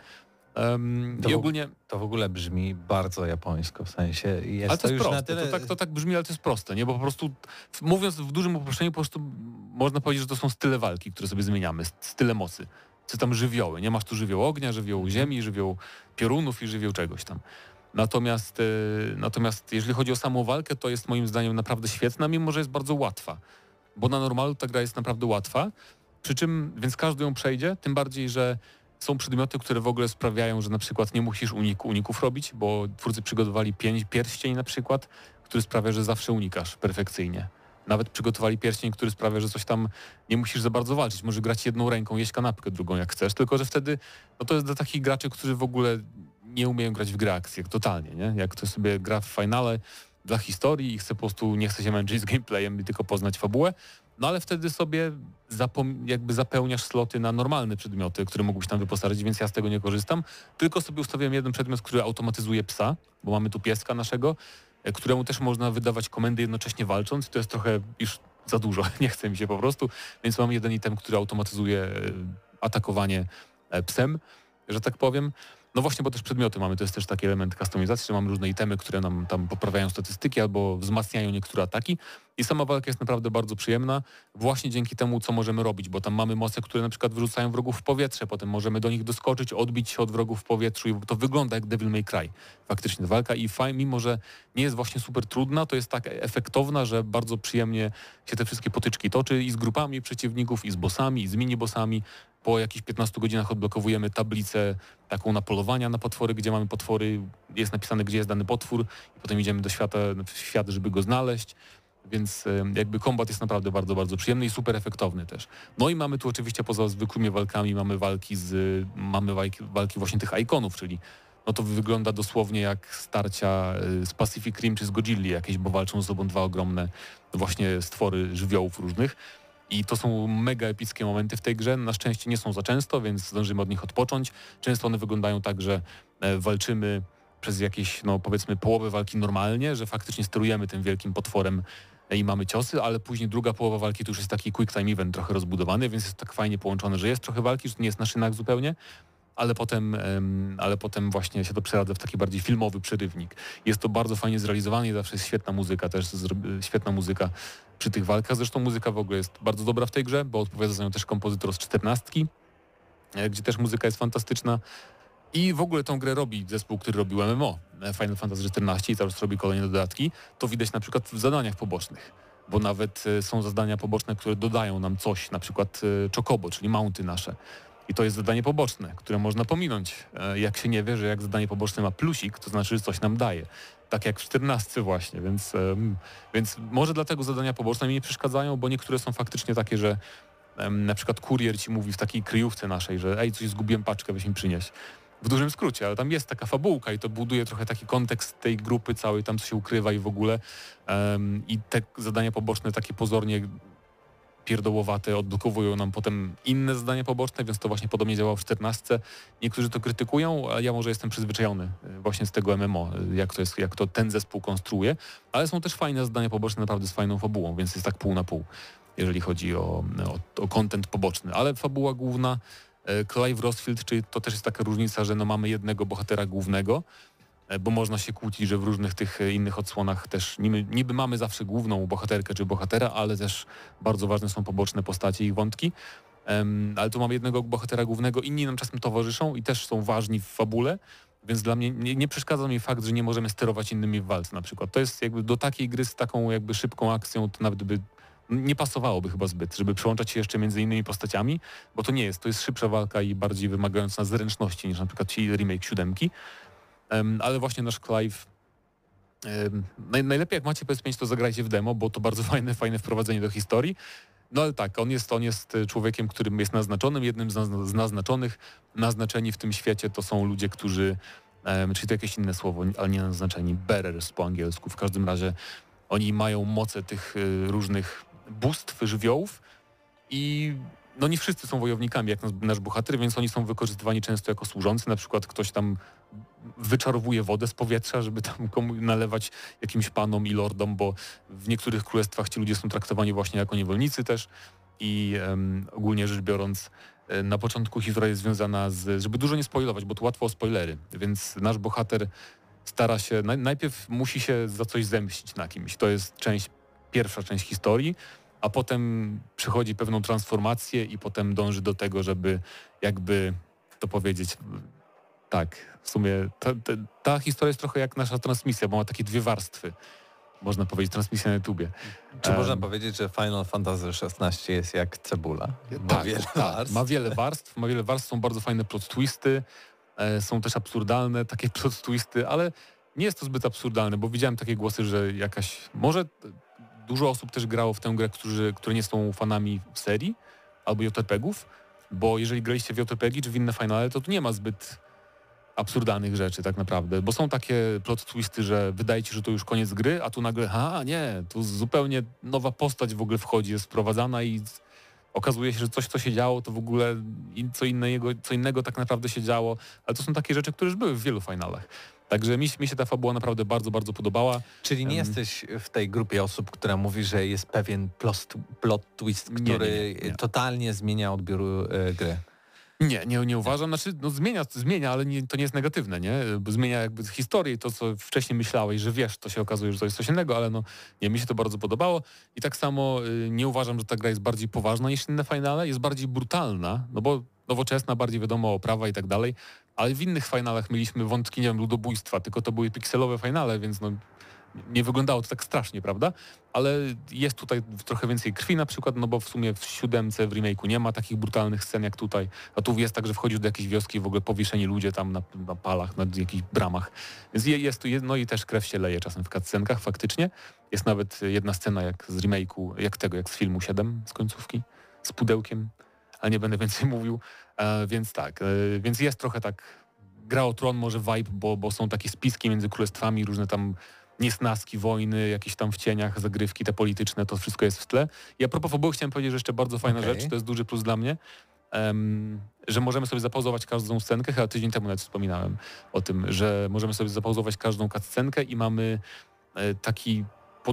To w ogóle brzmi bardzo japońsko, w sensie jest ale to jest już proste, na tyle... to tak brzmi, ale to jest proste, nie? Bo po prostu mówiąc w dużym uproszczeniu, po prostu można powiedzieć, że to są style walki, które sobie zmieniamy, style mocy. Czy tam żywioły, nie? Masz tu żywioł ognia, żywioł ziemi, żywioł piorunów i żywioł czegoś tam. Natomiast jeżeli chodzi o samą walkę, to jest moim zdaniem naprawdę świetna, mimo że jest bardzo łatwa. Bo na normalu ta gra jest naprawdę łatwa, przy czym, więc każdy ją przejdzie, tym bardziej, że są przedmioty, które w ogóle sprawiają, że na przykład nie musisz uników robić, bo twórcy przygotowali pierścień na przykład, który sprawia, że zawsze unikasz perfekcyjnie. Nawet przygotowali pierścień, który sprawia, że coś tam nie musisz za bardzo walczyć. Możesz grać jedną ręką, jeść kanapkę drugą jak chcesz, tylko że wtedy to jest dla takich graczy, którzy w ogóle nie umieją grać w grę akcji, totalnie, nie? Jak ktoś sobie gra w finale dla historii i nie chce się męczyć z gameplayem i tylko poznać fabułę, no ale wtedy sobie jakby zapełniasz sloty na normalne przedmioty, które mógłbyś tam wyposażyć, więc ja z tego nie korzystam, tylko sobie ustawiłem jeden przedmiot, który automatyzuje psa, bo mamy tu pieska naszego, któremu też można wydawać komendy jednocześnie walcząc, to jest trochę już za dużo, nie chce mi się po prostu, więc mam jeden item, który automatyzuje atakowanie psem, że tak powiem. No właśnie, bo też przedmioty mamy, to jest też taki element kustomizacji, że mamy różne itemy, które nam tam poprawiają statystyki albo wzmacniają niektóre ataki i sama walka jest naprawdę bardzo przyjemna właśnie dzięki temu, co możemy robić, bo tam mamy moce, które na przykład wyrzucają wrogów w powietrze, potem możemy do nich doskoczyć, odbić się od wrogów w powietrzu i to wygląda jak Devil May Cry, faktycznie walka i mimo, że nie jest właśnie super trudna, to jest tak efektowna, że bardzo przyjemnie się te wszystkie potyczki toczy i z grupami przeciwników, i z bossami, i z mini-bossami. Po jakichś 15 godzinach odblokowujemy tablicę taką na polowania na potwory, gdzie mamy potwory, jest napisane, gdzie jest dany potwór i potem idziemy do świat, żeby go znaleźć. Więc jakby kombat jest naprawdę bardzo, bardzo przyjemny i super efektowny też. No i mamy tu oczywiście poza zwykłymi walkami, mamy walki właśnie tych ikonów, czyli no to wygląda dosłownie jak starcia z Pacific Rim czy z Godzilli jakieś, bo walczą ze sobą dwa ogromne właśnie stwory żywiołów różnych. I to są mega epickie momenty w tej grze. Na szczęście nie są za często, więc zdążymy od nich odpocząć. Często one wyglądają tak, że walczymy przez jakieś, no powiedzmy, połowę walki normalnie, że faktycznie sterujemy tym wielkim potworem i mamy ciosy, ale później druga połowa walki to już jest taki quick time event trochę rozbudowany, więc jest tak fajnie połączone, że jest trochę walki, że to nie jest na szynach zupełnie, ale potem właśnie się to przeradza w taki bardziej filmowy przerywnik. Jest to bardzo fajnie zrealizowane i zawsze jest świetna muzyka, też świetna muzyka przy tych walkach. Zresztą muzyka w ogóle jest bardzo dobra w tej grze, bo odpowiada za nią też kompozytor z 14, gdzie też muzyka jest fantastyczna. I w ogóle tą grę robi zespół, który robił MMO, Final Fantasy XIV i cały czas robi kolejne dodatki. To widać na przykład w zadaniach pobocznych, bo nawet są zadania poboczne, które dodają nam coś, na przykład Chocobo, czyli mounty nasze. I to jest zadanie poboczne, które można pominąć, jak się nie wie, że jak zadanie poboczne ma plusik, to znaczy, że coś nam daje. Tak jak w 14 właśnie, więc może dlatego zadania poboczne mi nie przeszkadzają, bo niektóre są faktycznie takie, że na przykład kurier ci mówi w takiej kryjówce naszej, że ej, coś zgubiłem, paczkę, weź mi przynieść. W dużym skrócie, ale tam jest taka fabułka i to buduje trochę taki kontekst tej grupy całej, tam co się ukrywa i w ogóle. I te zadania poboczne takie pozornie pierdołowate odblokowują nam potem inne zadania poboczne, więc to właśnie podobnie działało w 14. Niektórzy to krytykują, a ja może jestem przyzwyczajony właśnie z tego MMO, jak to ten zespół konstruuje, ale są też fajne zadania poboczne naprawdę z fajną fabułą, więc jest tak pół na pół, jeżeli chodzi o content poboczny, ale fabuła główna Clive Rosfield, czyli to też jest taka różnica, że no mamy jednego bohatera głównego, bo można się kłócić, że w różnych tych innych odsłonach też niby mamy zawsze główną bohaterkę czy bohatera, ale też bardzo ważne są poboczne postacie i ich wątki. Ale tu mamy jednego bohatera głównego, inni nam czasem towarzyszą i też są ważni w fabule, więc dla mnie nie przeszkadza mi fakt, że nie możemy sterować innymi w walce na przykład. To jest jakby do takiej gry z taką jakby szybką akcją, to nawet by nie pasowałoby chyba zbyt, żeby przełączać się jeszcze między innymi postaciami, bo to jest szybsza walka i bardziej wymagająca zręczności niż na przykład remake 7. Ale właśnie nasz Clive, najlepiej jak macie PS5 to zagrajcie w demo, bo to bardzo fajne wprowadzenie do historii. No ale tak, on jest człowiekiem, którym jest naznaczonym, jednym z naznaczonych. Naznaczeni w tym świecie to są ludzie, którzy, czyli to jakieś inne słowo, ale nie naznaczeni, bearers po angielsku. W każdym razie oni mają moce tych różnych bóstw, żywiołów i no nie wszyscy są wojownikami jak nasz bohater, więc oni są wykorzystywani często jako służący. Na przykład ktoś tam wyczarowuje wodę z powietrza, żeby tam nalewać jakimś panom i lordom, bo w niektórych królestwach ci ludzie są traktowani właśnie jako niewolnicy też i ogólnie rzecz biorąc na początku historia jest związana żeby dużo nie spoilować, bo tu łatwo o spoilery, więc nasz bohater stara się, najpierw musi się za coś zemścić na kimś. To jest pierwsza część historii, a potem przychodzi pewną transformację i potem dąży do tego, żeby jakby to powiedzieć, tak, w sumie ta historia jest trochę jak nasza transmisja, bo ma takie dwie warstwy, można powiedzieć, transmisja na YouTubie. Czy można powiedzieć, że Final Fantasy XVI jest jak cebula? Ma wiele warstw, są bardzo fajne plot twisty, są też absurdalne takie plot twisty, ale nie jest to zbyt absurdalne, bo widziałem takie głosy, że może dużo osób też grało w tę grę, które nie są fanami serii albo JRPG-ów, bo jeżeli graliście w JRPG czy w inne finale, to tu nie ma zbyt absurdalnych rzeczy tak naprawdę, bo są takie plot twisty, że wydaje ci, że to już koniec gry, a tu nagle, nie, tu zupełnie nowa postać w ogóle wchodzi, jest wprowadzana i okazuje się, że coś, co się działo, to w ogóle co innego tak naprawdę się działo, ale to są takie rzeczy, które już były w wielu finalach. Także mi się ta fabuła naprawdę bardzo, bardzo podobała. Czyli nie jesteś w tej grupie osób, która mówi, że jest pewien plot twist, który nie. totalnie zmienia odbiór gry? Nie uważam. Znaczy, zmienia, ale to nie jest negatywne, nie? Bo zmienia jakby historię i to, co wcześniej myślałeś, że wiesz, to się okazuje, że to jest coś innego, ale nie, mi się to bardzo podobało. I tak samo nie uważam, że ta gra jest bardziej poważna niż inne finale, jest bardziej brutalna, no bo nowoczesna, bardziej wiadomo oprawa i tak dalej, ale w innych finalach mieliśmy wątki, nie wiem, ludobójstwa, tylko to były pikselowe finale, więc nie wyglądało to tak strasznie, prawda? Ale jest tutaj trochę więcej krwi na przykład, no bo w sumie w 7, w remake'u nie ma takich brutalnych scen jak tutaj. A tu jest tak, że wchodzisz do jakiejś wioski i w ogóle powieszeni ludzie tam na palach, na jakichś bramach. Więc jest tu, no i też krew się leje czasem w cutscenkach faktycznie. Jest nawet jedna scena jak z remake'u, jak z filmu 7, z końcówki, z pudełkiem, ale nie będę więcej mówił. Więc tak, więc jest trochę tak, Gra o Tron może vibe, bo są takie spiski między królestwami, różne tam niesnaski, wojny, jakieś tam w cieniach, zagrywki te polityczne, to wszystko jest w tle. I a propos fabuły chciałem powiedzieć, że jeszcze bardzo fajna rzecz, to jest duży plus dla mnie, że możemy sobie zapauzować każdą scenkę, chyba tydzień temu nawet wspominałem o tym, że możemy sobie zapauzować każdą cutscenkę i mamy taki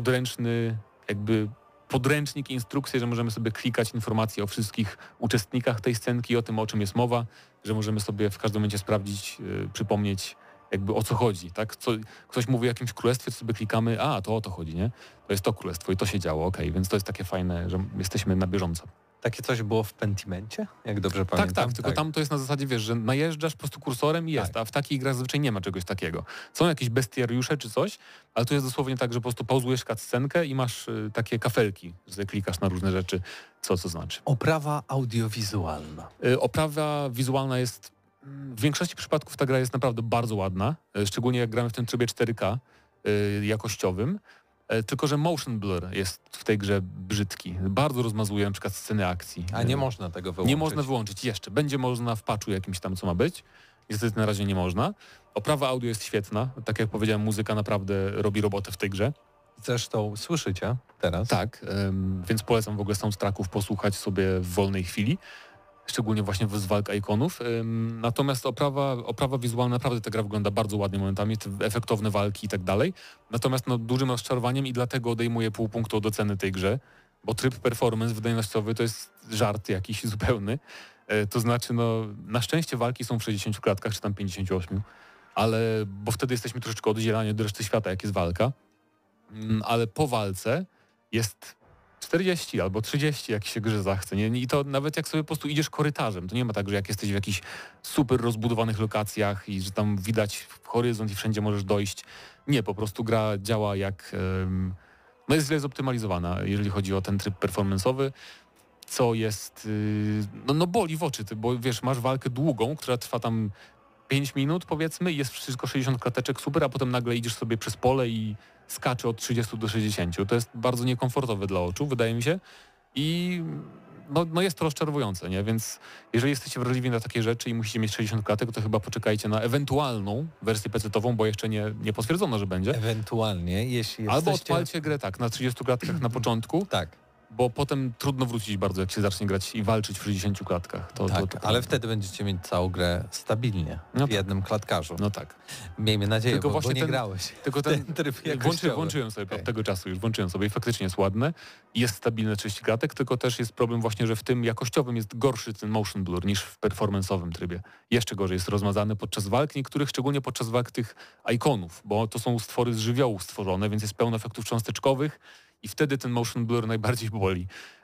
podręcznik, instrukcję, że możemy sobie klikać informacje o wszystkich uczestnikach tej scenki, o tym, o czym jest mowa, że możemy sobie w każdym momencie sprawdzić, przypomnieć jakby o co chodzi, tak? Ktoś mówi o jakimś królestwie, to sobie klikamy, to o to chodzi, nie? To jest to królestwo i to się działo, więc to jest takie fajne, że jesteśmy na bieżąco. Takie coś było w Pentimencie, jak dobrze pamiętam? Tak, tylko tam to jest na zasadzie, wiesz, że najeżdżasz po prostu kursorem i jest, a w takich grach zazwyczaj nie ma czegoś takiego. Są jakieś bestiariusze czy coś, ale tu jest dosłownie tak, że po prostu pauzujesz cutscenkę i masz takie kafelki, że klikasz na różne rzeczy, co znaczy. Oprawa audiowizualna. Oprawa wizualna jest, w większości przypadków ta gra jest naprawdę bardzo ładna, szczególnie jak gramy w tym trybie 4K jakościowym. Tylko że motion blur jest w tej grze brzydki. Bardzo rozmazuje na przykład sceny akcji. A nie można tego wyłączyć? Nie można wyłączyć jeszcze. Będzie można w patchu jakimś tam, co ma być. Niestety na razie nie można. Oprawa audio jest świetna. Tak jak powiedziałem, muzyka naprawdę robi robotę w tej grze. Zresztą słyszycie teraz. Tak, więc polecam w ogóle soundtracków posłuchać sobie w wolnej chwili. Szczególnie właśnie z walk ikonów. Natomiast oprawa wizualna, naprawdę ta gra wygląda bardzo ładnie momentami, te efektowne walki i tak dalej. Natomiast dużym rozczarowaniem i dlatego odejmuję pół punktu od oceny tej grze, bo tryb performance wydajnościowy to jest żart jakiś zupełny. To znaczy, na szczęście walki są w 60 klatkach, czy tam 58, bo wtedy jesteśmy troszeczkę oddzielani od reszty świata, jak jest walka. Ale po walce jest 40 albo 30, jak się grze zachce. Nie? I to nawet jak sobie po prostu idziesz korytarzem, to nie ma tak, że jak jesteś w jakichś super rozbudowanych lokacjach i że tam widać horyzont i wszędzie możesz dojść. Nie, po prostu gra działa jak... jest źle zoptymalizowana, jeżeli chodzi o ten tryb performance'owy, co jest... boli w oczy, bo wiesz, masz walkę długą, która trwa tam 5 minut powiedzmy i jest wszystko 60 klateczek super, a potem nagle idziesz sobie przez pole i skacze od 30 do 60. To jest bardzo niekomfortowe dla oczu, wydaje mi się. I jest to rozczarowujące, nie? Więc jeżeli jesteście wrażliwi na takie rzeczy i musicie mieć 60 klatek, to chyba poczekajcie na ewentualną wersję PC-tową, bo jeszcze nie potwierdzono, że będzie. Ewentualnie, jeśli jesteście... Albo odpalcie grę na 30 klatkach na początku. Tak. Bo potem trudno wrócić bardzo, jak się zacznie grać i walczyć w 60 klatkach. Ale wtedy będziecie mieć całą grę stabilnie, w jednym klatkarzu. No tak. Miejmy nadzieję, tylko bo nie grałeś. Tylko ten tryb włączyłem sobie od tego czasu, już włączyłem sobie i faktycznie jest ładne. Jest stabilne 30 klatek, tylko też jest problem właśnie, że w tym jakościowym jest gorszy ten motion blur niż w performance'owym trybie. Jeszcze gorzej jest rozmazany podczas walk, niektórych szczególnie podczas walk tych ikonów, bo to są stwory z żywiołu stworzone, więc jest pełno efektów cząsteczkowych. I wtedy ten motion blur najbardziej boli,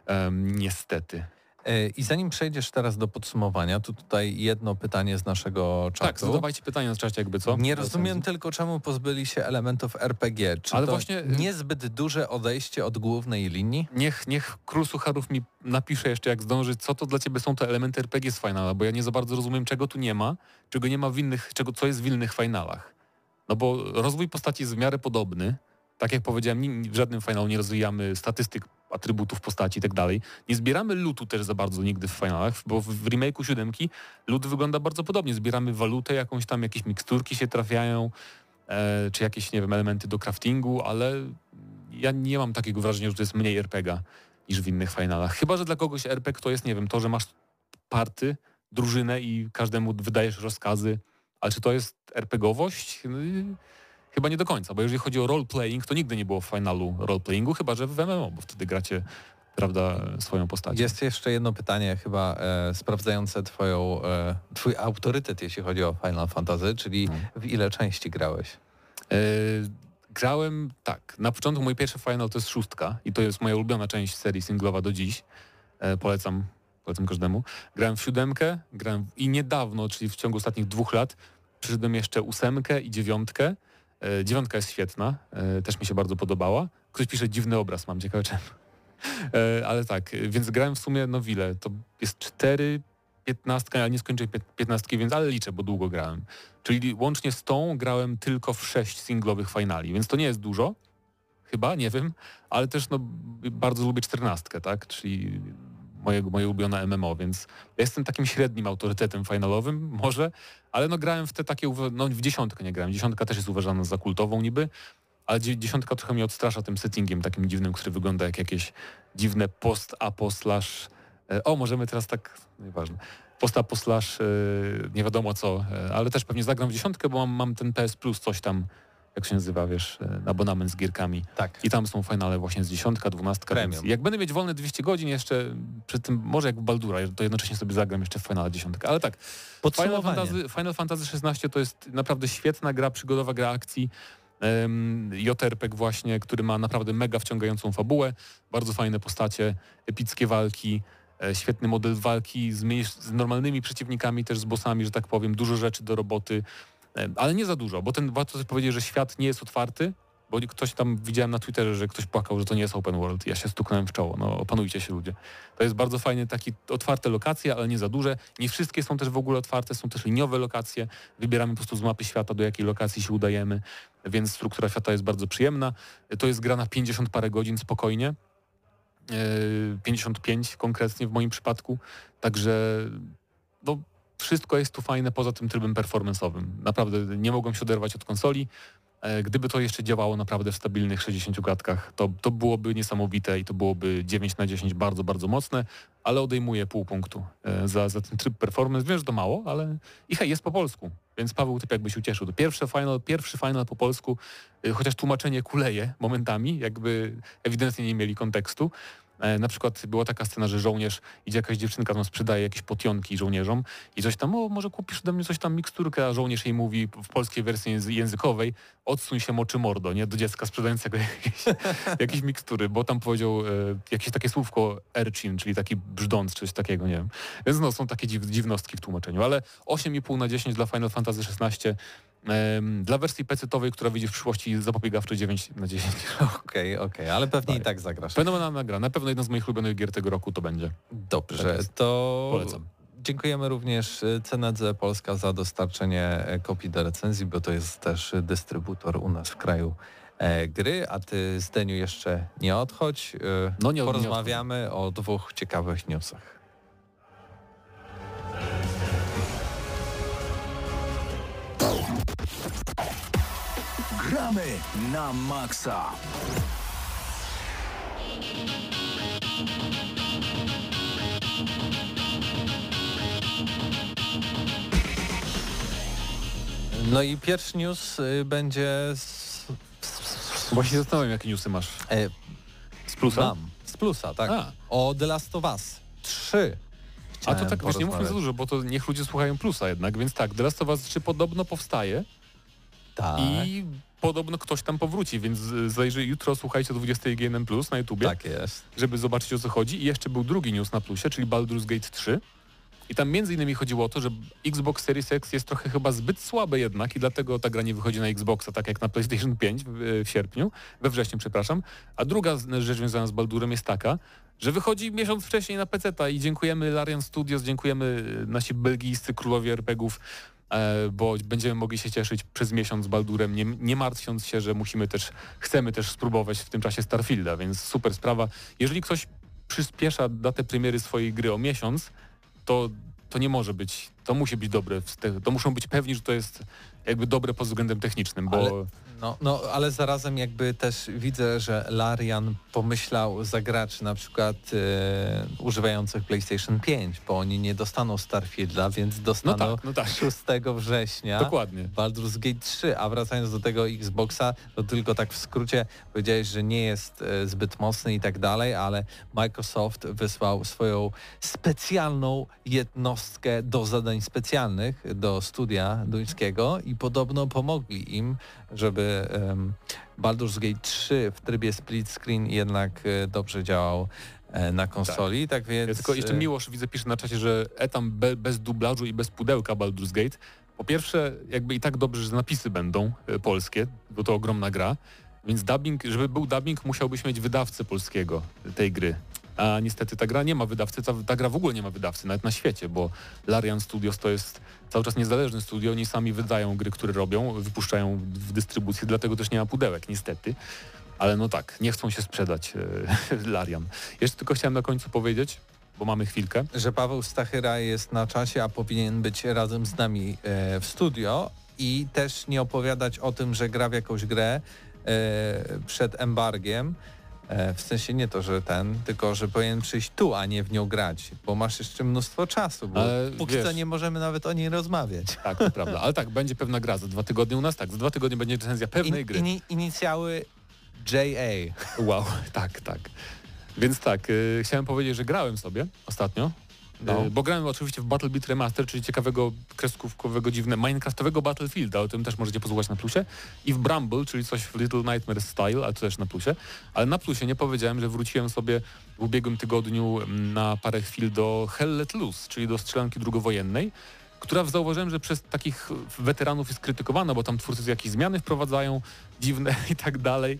niestety. I zanim przejdziesz teraz do podsumowania, to tutaj jedno pytanie z naszego czatu. Tak, zadawajcie pytania na czacie jakby co. Nie rozumiem tylko, czemu pozbyli się elementów RPG. Czy ale to właśnie niezbyt duże odejście od głównej linii? Niech Król Sucharów mi napisze jeszcze, jak zdąży, co to dla ciebie są te elementy RPG z Finala, bo ja nie za bardzo rozumiem, czego tu nie ma, czego nie ma w innych, co jest w innych Finalach. No bo rozwój postaci jest w miarę podobny. Tak jak powiedziałem, w żadnym finalu nie rozwijamy statystyk, atrybutów postaci i tak dalej. Nie zbieramy lootu też za bardzo nigdy w finalach, bo w remake'u 7 loot wygląda bardzo podobnie. Zbieramy walutę jakąś tam, jakieś miksturki się trafiają, czy jakieś, nie wiem, elementy do craftingu, ale ja nie mam takiego wrażenia, że to jest mniej RPG niż w innych finalach. Chyba że dla kogoś RPG to jest, nie wiem, to, że masz party, drużynę i każdemu wydajesz rozkazy, ale czy to jest RPGowość? Chyba nie do końca, bo jeżeli chodzi o roleplaying, to nigdy nie było w finalu roleplayingu, chyba że w MMO, bo wtedy gracie prawda, swoją postacią. Jest jeszcze jedno pytanie chyba sprawdzające twój autorytet, jeśli chodzi o Final Fantasy, czyli w ile części grałeś? Grałem tak. Na początku mój pierwszy Final to jest 6 i to jest moja ulubiona część serii singlowa do dziś. Polecam każdemu. Grałem w 7, i niedawno, czyli w ciągu ostatnich 2 lat, przyszedłem jeszcze 8 i 9. 9 jest świetna, też mi się bardzo podobała. Ktoś pisze dziwny obraz, mam ciekawe czemu. Ale tak, więc grałem w sumie, no ile? To jest 4, 15, ale nie skończyłem 15, więc ale liczę, bo długo grałem. Czyli łącznie z tą grałem tylko w 6 singlowych finali, więc to nie jest dużo, chyba, nie wiem, ale też no bardzo lubię 14, tak? Czyli moje ulubione MMO, więc ja jestem takim średnim autorytetem finalowym, może, ale no grałem w te takie, no w 10 nie grałem. 10 też jest uważana za kultową niby, ale 10 trochę mnie odstrasza tym settingiem takim dziwnym, który wygląda jak jakieś dziwne post-apo slash... możemy teraz tak... Nieważne. Post-apo slash nie wiadomo co, ale też pewnie zagram w 10, bo mam ten PS Plus, coś tam, jak się nazywa, wiesz, abonament z gierkami. Tak. I tam są finale właśnie z 10, 12. Więc jak będę mieć wolne 200 godzin jeszcze, przy tym może jak w Baldura, to jednocześnie sobie zagram jeszcze w finale 10. Ale tak, Final Fantasy XVI to jest naprawdę świetna gra, przygodowa gra akcji. JRPG właśnie, który ma naprawdę mega wciągającą fabułę, bardzo fajne postacie, epickie walki, świetny model walki z normalnymi przeciwnikami, też z bossami, że tak powiem, dużo rzeczy do roboty, ale nie za dużo, bo warto sobie powiedzieć, że świat nie jest otwarty, bo ktoś tam, widziałem na Twitterze, że ktoś płakał, że to nie jest open world. Ja się stuknąłem w czoło, no opanujcie się ludzie. To jest bardzo fajnie, takie otwarte lokacje, ale nie za duże. Nie wszystkie są też w ogóle otwarte, są też liniowe lokacje. Wybieramy po prostu z mapy świata, do jakiej lokacji się udajemy, więc struktura świata jest bardzo przyjemna. To jest gra na 50 parę godzin spokojnie. 55 konkretnie w moim przypadku. Także no, wszystko jest tu fajne poza tym trybem performance'owym. Naprawdę nie mogłem się oderwać od konsoli. Gdyby to jeszcze działało naprawdę w stabilnych 60 klatkach, to byłoby niesamowite i to byłoby 9 na 10 bardzo, bardzo mocne, ale odejmuję pół punktu za ten tryb performance. Wiem, że to mało, ale i hej, jest po polsku, więc Paweł typ jakby się ucieszył. To pierwszy final po polsku, chociaż tłumaczenie kuleje momentami, jakby ewidentnie nie mieli kontekstu. Na przykład była taka scena, że żołnierz, idzie jakaś dziewczynka, tam sprzedaje jakieś potionki żołnierzom i coś tam, może kupisz ode mnie coś tam miksturkę, a żołnierz jej mówi w polskiej wersji językowej, odsuń się moczy mordo, nie? Do dziecka sprzedającego jakieś mikstury, bo tam powiedział jakieś takie słówko urchin, czyli taki brzdąc, czy coś takiego, nie wiem. Więc no, są takie dziwnostki w tłumaczeniu, ale 8,5 na 10 dla Final Fantasy XVI. Dla wersji PC-owej, która wyjdzie w przyszłości, zapobiegawczo 9 na 10. Okej, ale pewnie tak. I tak zagrasz. Fenomenalna gra. Na pewno jedna z moich ulubionych gier tego roku to będzie. Dobrze, tak to polecam. Dziękujemy również CNEDZ Polska za dostarczenie kopii do recenzji, bo to jest też dystrybutor u nas w kraju gry, a ty, Zdeniu, jeszcze nie odchodź. Porozmawiamy o 2 ciekawych newsach. Gramy na maksa. No i pierwszy news będzie Właśnie się zastanawiam, jakie newsy masz. Z plusa? Mam. Z plusa, tak. O The Last of Us 3. A to tak już nie mówmy za dużo, bo to niech ludzie słuchają plusa jednak, więc tak, The Last of Us 3 podobno powstaje. Tak. I podobno ktoś tam powróci, więc jutro słuchajcie o 20 GNM Plus na YouTubie. Tak jest. Żeby zobaczyć, o co chodzi. I jeszcze był drugi news na plusie, czyli Baldur's Gate 3. I tam między innymi chodziło o to, że Xbox Series X jest trochę chyba zbyt słabe jednak i dlatego ta gra nie wychodzi na Xboxa, tak jak na PlayStation 5 we wrześniu, przepraszam. A druga rzecz związana z Baldurem jest taka, że wychodzi miesiąc wcześniej na PC-ta i dziękujemy Larian Studios, dziękujemy nasi belgijscy królowie RPGów, bo będziemy mogli się cieszyć przez miesiąc z Baldurem, nie martwiąc się, że chcemy też spróbować w tym czasie Starfielda, więc super sprawa. Jeżeli ktoś przyspiesza datę premiery swojej gry o miesiąc, to nie może być, to musi być dobre, to muszą być pewni, że to jest jakby dobre pod względem technicznym, bo... Ale zarazem jakby też widzę, że Larian pomyślał za graczy na przykład używających PlayStation 5, bo oni nie dostaną Starfielda, więc dostaną 6 września Dokładnie. Baldur's Gate 3, a wracając do tego Xboxa, to tylko tak w skrócie powiedziałeś, że nie jest zbyt mocny i tak dalej, ale Microsoft wysłał swoją specjalną jednostkę do zadań specjalnych do studia duńskiego i podobno pomogli im, żeby Baldur's Gate 3 w trybie split screen jednak dobrze działał na konsoli, tak więc... Ja tylko jeszcze Miłosz widzę, pisze na czacie, że etam bez dublażu i bez pudełka Baldur's Gate. Po pierwsze, jakby i tak dobrze, że napisy będą polskie, bo to ogromna gra, więc dubbing, żeby był dubbing, musiałbyś mieć wydawcę polskiego tej gry. A niestety ta gra nie ma wydawcy, ta gra w ogóle nie ma wydawcy, nawet na świecie, bo Larian Studios to jest cały czas niezależny studio, oni sami wydają gry, które robią, wypuszczają w dystrybucji, dlatego też nie ma pudełek, niestety. Ale no tak, nie chcą się sprzedać Larian. Jeszcze tylko chciałem na końcu powiedzieć, bo mamy chwilkę, że Paweł Stachyra jest na czasie, a powinien być razem z nami w studio i też nie opowiadać o tym, że gra w jakąś grę przed embargiem. W sensie nie to, że tylko że powinien przyjść tu, a nie w nią grać, bo masz jeszcze mnóstwo czasu, bo póki co nie możemy nawet o niej rozmawiać. Tak, to prawda, ale tak, będzie pewna gra za 2 tygodnie u nas, tak, za 2 tygodnie będzie recenzja pewnej gry. Inicjały JA. Wow, tak. Więc tak, chciałem powiedzieć, że grałem sobie ostatnio, bo grałem oczywiście w Battle Beat Remaster, czyli ciekawego, kreskówkowego, dziwnego, minecraftowego Battlefielda, o tym też możecie posłuchać na plusie, i w Bramble, czyli coś w Little Nightmares Style, ale to też na plusie, ale na plusie nie powiedziałem, że wróciłem sobie w ubiegłym tygodniu na parę chwil do Hell Let Loose, czyli do strzelanki drugowojennej, która zauważyłem, że przez takich weteranów jest krytykowana, bo tam twórcy jakieś zmiany wprowadzają, dziwne i tak dalej.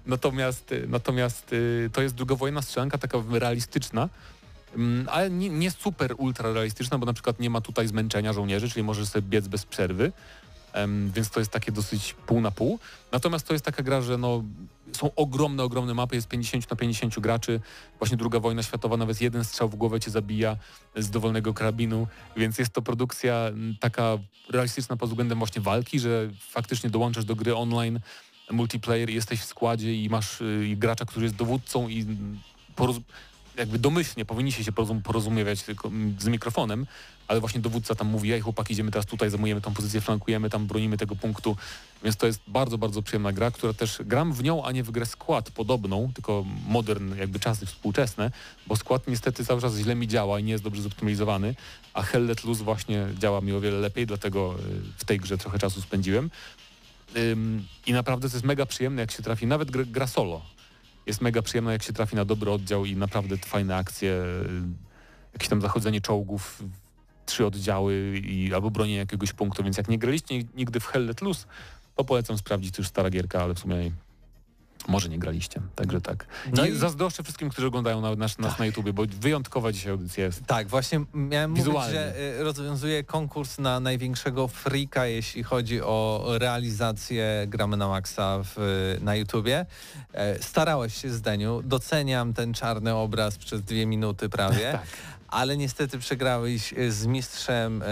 Natomiast to jest drugowojenna strzelanka, taka realistyczna, ale nie super ultra realistyczna, bo na przykład nie ma tutaj zmęczenia żołnierzy, czyli możesz sobie biec bez przerwy, więc to jest takie dosyć pół na pół. Natomiast to jest taka gra, że są ogromne mapy, jest 50 na 50 graczy, właśnie II wojna światowa, nawet jeden strzał w głowę cię zabija z dowolnego karabinu, więc jest to produkcja taka realistyczna pod względem właśnie walki, że faktycznie dołączasz do gry online, multiplayer, jesteś w składzie i masz gracza, który jest dowódcą i jakby domyślnie powinniście się porozumiewać z mikrofonem, ale właśnie dowódca tam mówi, chłopaki, idziemy teraz tutaj, zajmujemy tą pozycję, flankujemy, tam bronimy tego punktu, więc to jest bardzo, bardzo przyjemna gra, która też, gram w nią, a nie w grę Skład podobną, tylko modern, jakby czasy współczesne, bo Skład niestety cały czas źle mi działa i nie jest dobrze zoptymalizowany, a Hell Let Loose właśnie działa mi o wiele lepiej, dlatego w tej grze trochę czasu spędziłem. I naprawdę to jest mega przyjemne, jak się trafi, nawet gra solo. Jest mega przyjemna, jak się trafi na dobry oddział i naprawdę fajne akcje, jakieś tam zachodzenie czołgów, 3 oddziały albo bronienie jakiegoś punktu, więc jak nie graliście nigdy w Hell Let Loose, to polecam sprawdzić, to już stara gierka, ale w sumie może nie graliście, także tak. I zazdroszczę wszystkim, którzy oglądają nas na YouTubie, bo wyjątkowa dzisiaj audycja jest. Tak, właśnie miałem mówić, że rozwiązuję konkurs na największego freaka, jeśli chodzi o realizację Gramy na Maxa na YouTubie. Starałeś się, Zdeniu, doceniam ten czarny obraz przez 2 minuty prawie. Tak. Ale niestety przegrałeś z mistrzem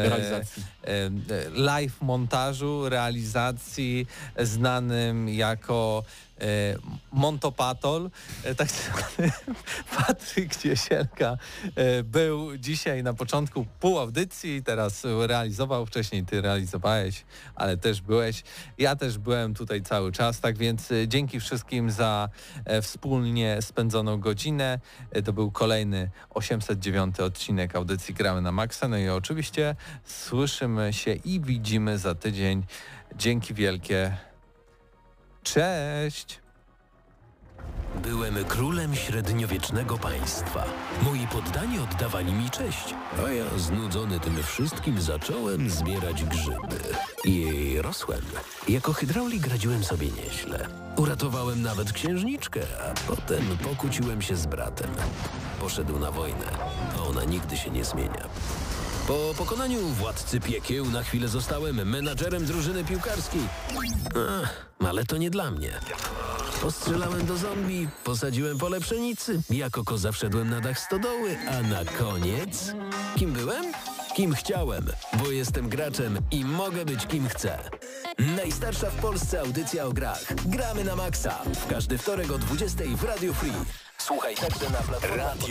live montażu, realizacji, znanym jako Montopatol. Tak zwany Patryk Ciesielka był dzisiaj na początku pół audycji, teraz realizował, wcześniej ty realizowałeś, ale też byłeś. Ja też byłem tutaj cały czas, tak więc dzięki wszystkim za wspólnie spędzoną godzinę. To był kolejny 809 odcinek audycji Gramy na Maxa. No i oczywiście słyszymy się i widzimy za tydzień. Dzięki wielkie. Cześć! Byłem królem średniowiecznego państwa. Moi poddani oddawali mi cześć, a ja znudzony tym wszystkim zacząłem zbierać grzyby. I rosłem. Jako hydraulik radziłem sobie nieźle. Uratowałem nawet księżniczkę, a potem pokłóciłem się z bratem. Poszedł na wojnę, a ona nigdy się nie zmienia. Po pokonaniu władcy piekieł na chwilę zostałem menadżerem drużyny piłkarskiej. Ale to nie dla mnie. Postrzelałem do zombie, posadziłem pole pszenicy, jako koza wszedłem na dach stodoły, a na koniec... Kim byłem? Kim chciałem, bo jestem graczem i mogę być kim chcę. Najstarsza w Polsce audycja o grach. Gramy na maksa. W każdy wtorek o 20 w Radio Free. Słuchaj także na platformie.